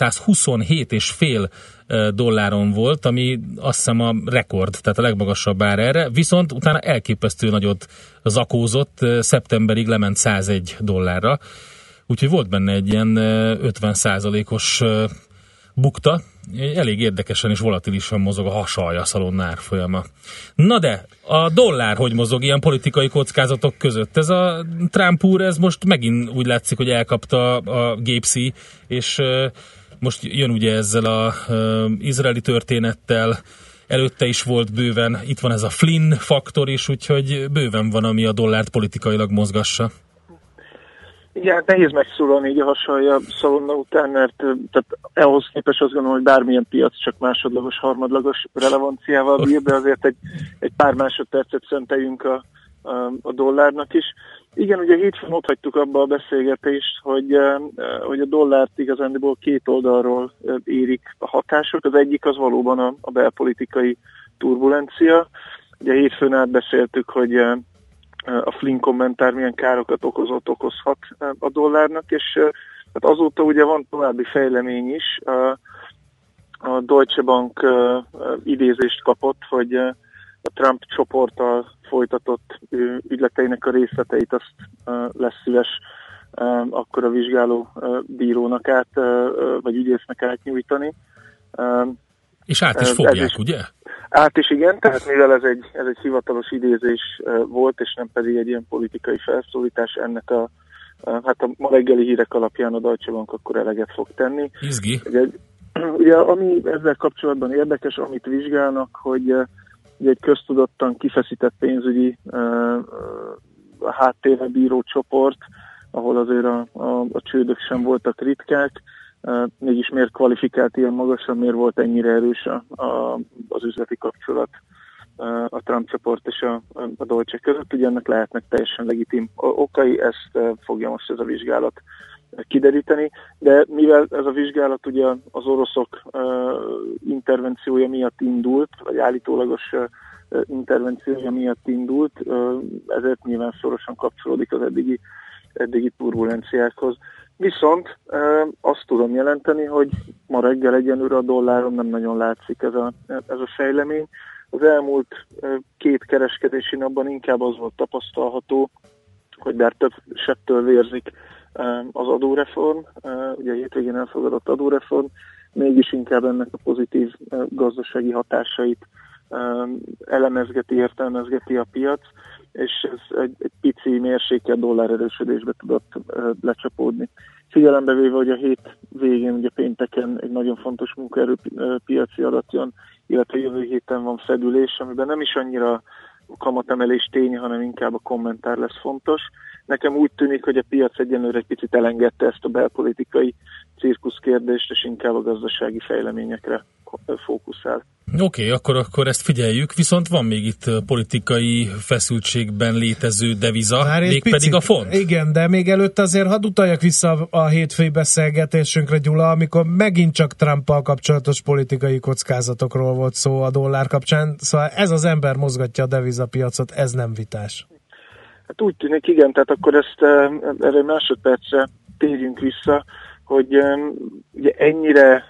$227,5 volt, ami azt hiszem a rekord, tehát a legmagasabb ár erre, viszont utána elképesztő nagyot zakózott, szeptemberig lement $101, úgyhogy volt benne egy ilyen 50%-os bukta. Elég érdekesen és volatilisan mozog a hasalja szalonna árfolyama. Na de, a dollár hogy mozog ilyen politikai kockázatok között? Ez a Trump úr, ez most megint úgy látszik, hogy elkapta a gépszi, és most jön ugye ezzel az izraeli történettel, előtte is volt bőven, itt van ez a Flynn faktor is, úgyhogy bőven van, ami a dollárt politikailag mozgassa.
Igen, nehéz megszólalni így a hasalja szalonna után, mert tehát ahhoz képest azt gondolom, hogy bármilyen piac csak másodlagos, harmadlagos relevanciával bír, de azért egy pár másodpercet szenteljünk a dollárnak is. Igen, ugye hétfőn ott hagytuk abba a beszélgetést, hogy a dollárt igazándiból két oldalról érik a hatások. Az egyik az valóban a belpolitikai turbulencia. Ugye hétfőn átbeszéltük, hogy a Flynn kommentár milyen károkat okozhat a dollárnak, és hát azóta ugye van további fejlemény is. A Deutsche Bank idézést kapott, hogy a Trump csoporttal folytatott ügyleteinek a részleteit azt lesz szíves akkor a vizsgáló bírónak vagy ügyésznek átnyújtani.
És át is fogják, ugye?
Át is igen, tehát mivel ez egy hivatalos idézés volt, és nem pedig egy ilyen politikai felszólítás, ennek hát a ma reggeli hírek alapján a Deutsche Bank akkor eleget fog tenni.
Izgi.
Ugye ami ezzel kapcsolatban érdekes, amit vizsgálnak, hogy ugye egy köztudottan kifeszített pénzügyi háttérre bíró csoport, ahol azért a csődök sem voltak ritkák, mégis miért kvalifikált ilyen magasan, miért volt ennyire erős az üzleti kapcsolat a Trump csoport és a Deutsche között. Ugye ennek lehetnek teljesen legitim okai, ezt fogja most ez a vizsgálat kideríteni, de mivel ez a vizsgálat ugye az oroszok intervenciója miatt indult, vagy állítólagos intervenciója miatt indult, ezért nyilván szorosan kapcsolódik az eddigi turbulenciákhoz. Viszont azt tudom jelenteni, hogy ma reggel egyenlőre a dolláron nem nagyon látszik ez a fejlemény. Az elmúlt két kereskedési napban inkább az volt tapasztalható, hogy bár több sebbtől vérzik az adóreform, ugye a hétvégén elfogadott adóreform, mégis inkább ennek a pozitív gazdasági hatásait elemezgeti, értelmezgeti a piac, és ez egy pici mérsékelt dollár erősödésbe tudott lecsapódni. Figyelembe véve, hogy a hét végén, ugye pénteken egy nagyon fontos munkaerőpiaci adat jön, illetve jövő héten van fedülés, amiben nem is annyira kamatemelés tény, hanem inkább a kommentár lesz fontos. Nekem úgy tűnik, hogy a piac egyenlőre egy picit elengedte ezt a belpolitikai cirkuszkérdést, és inkább a gazdasági fejleményekre fókuszál.
Oké, akkor ezt figyeljük, viszont van még itt politikai feszültségben létező deviza, mégpedig a font.
Igen, de még előtt azért hadd utaljak vissza a hétfői beszélgetésünkre, Gyula, amikor megint csak Trumpal kapcsolatos politikai kockázatokról volt szó a dollár kapcsán, szóval ez az ember mozgatja a devizapiacot, ez nem vitás.
Hát úgy tűnik, igen, tehát akkor erre másodpercre térjünk vissza, hogy ugye ennyire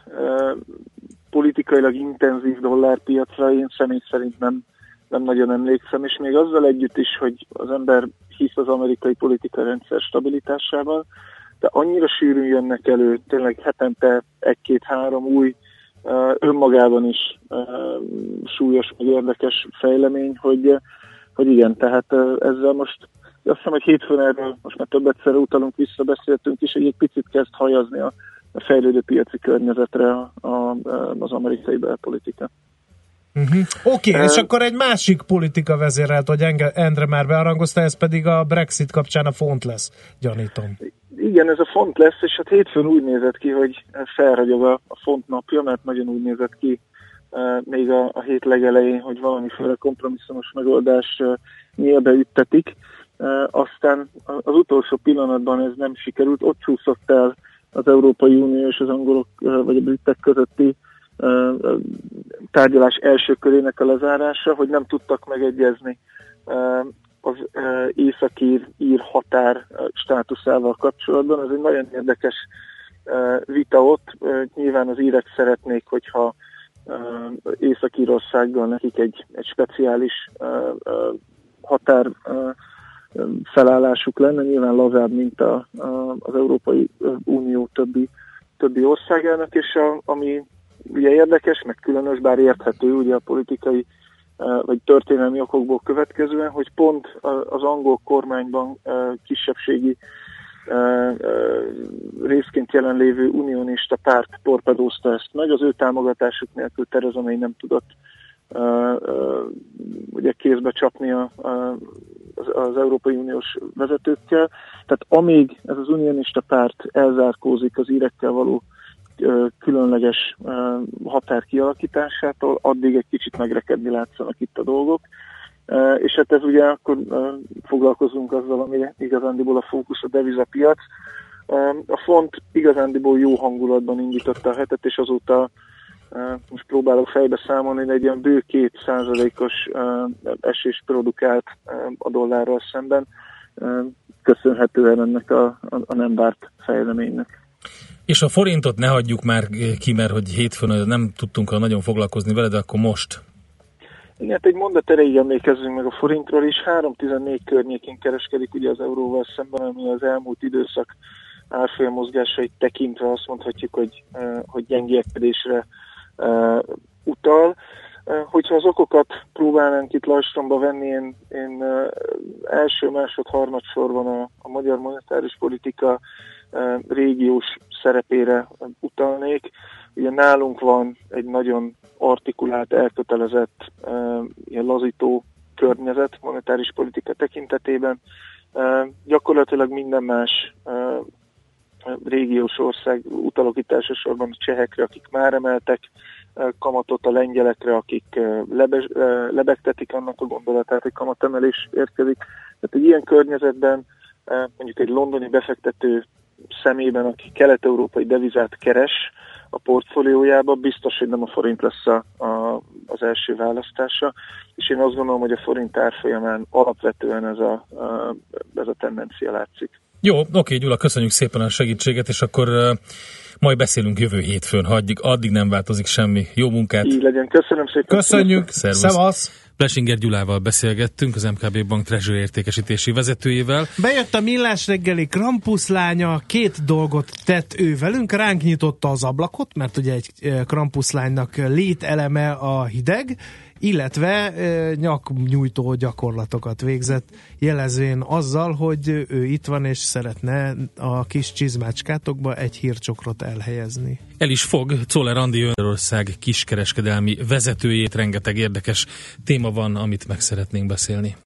politikailag intenzív dollárpiacra én személy szerint nem nagyon emlékszem, és még azzal együtt is, hogy az ember hisz az amerikai politikai rendszer stabilitásával, de annyira sűrűn jönnek elő, tényleg hetente 1-2-3 új, önmagában is súlyos, meg érdekes fejlemény, hogy igen, tehát ezzel most azt hiszem, hogy hétfőn erről most már többet utalunk vissza, beszéltünk is, hogy egy picit kezd hajazni a fejlődő piaci környezetre az amerikai belpolitika.
Oké, és akkor egy másik politika vezérelt, hogy Endre már bearangozta, ez pedig a Brexit kapcsán a font lesz, gyanítom.
Igen, ez a font lesz, és hát hétfőn úgy nézett ki, hogy felragyog a font napja, mert nagyon úgy nézett ki még a hét legelején, hogy valamiféle kompromisszumos megoldás nyílbe üttetik. Aztán az utolsó pillanatban ez nem sikerült, ott csúszott el az Európai Unió és az angolok vagy a britek közötti tárgyalás első körének a lezárása, hogy nem tudtak megegyezni az északír határ státuszával kapcsolatban. Ez egy nagyon érdekes vita ott. Nyilván az írek szeretnék, hogyha Észak-Írországgal nekik egy speciális határ felállásuk lenne, nyilván lazább, mint az Európai Unió többi országának, és ami ugye érdekes, meg különös, bár érthető ugye a politikai vagy történelmi okokból következően, hogy pont az angol kormányban kisebbségi részként jelenlévő unionista párt torpedózta ezt meg, az ő támogatásuk nélkül Theresa May nem tudott ugye kézbe csapni az Európai Uniós vezetőkkel. Tehát amíg ez az unionista párt elzárkózik az írekkel való különleges határ kialakításától, addig egy kicsit megrekedni látszanak itt a dolgok. És hát ez ugye akkor foglalkozunk azzal, ami igazándiból a fókusz, a devizapiac. A font igazándiból jó hangulatban indította a hetet, és azóta most próbálok fejbe számolni, de egy ilyen bő 2%-os esés produkált a dollárral szemben, köszönhetően ennek a nem várt fejleménynek.
És a forintot ne hagyjuk már ki, mert hogy hétfőn nem tudtunk nagyon foglalkozni vele, de akkor most.
Igen, hát egy mondat erejéig emlékezzünk meg a forintról is. 3,14 környékén kereskedik ugye az euróval szemben, ami az elmúlt időszak árfolyam-mozgásait tekintve azt mondhatjuk, hogy gyengélkedésre utal. Hogyha az okokat próbálnánk itt lajstromba venni, én első, harmad sorban a magyar monetáris politika régiós szerepére utalnék. Ugye nálunk van egy nagyon artikulált, elkötelezett, ilyen lazító környezet monetáris politika tekintetében. Gyakorlatilag minden más régiós ország, utalok itt elsősorban a csehekre, akik már emeltek kamatot, a lengyelekre, akik lebegtetik annak a gondolatát, hogy kamatemelés érkezik. Tehát egy ilyen környezetben mondjuk egy londoni befektető szemében, aki kelet-európai devizát keres a portfóliójába, biztos, hogy nem a forint lesz az első választása, és én azt gondolom, hogy a forint árfolyamán alapvetően ez a tendencia látszik.
Jó, oké, Gyula, köszönjük szépen a segítséget, és akkor majd beszélünk jövő hétfőn, ha addig nem változik semmi. Jó munkát!
Így legyen, köszönöm szépen!
Köszönjük! Szevasz!
Plesinger Gyulával beszélgettünk, az MKB Bank Treasury értékesítési vezetőjével.
Bejött a Millás reggeli Krampus lánya, 2 dolgot tett ő velünk, ránk nyitotta az ablakot, mert ugye egy Krampus lánynak lételeme a hideg, illetve nyaknyújtó gyakorlatokat végzett, jelezvén azzal, hogy ő itt van és szeretne a kis csizmácskátokba egy hírcsokrot elhelyezni.
El is fog. Czoller Andi Magyarország kiskereskedelmi vezetőjét, rengeteg érdekes téma van, amit meg szeretnénk beszélni.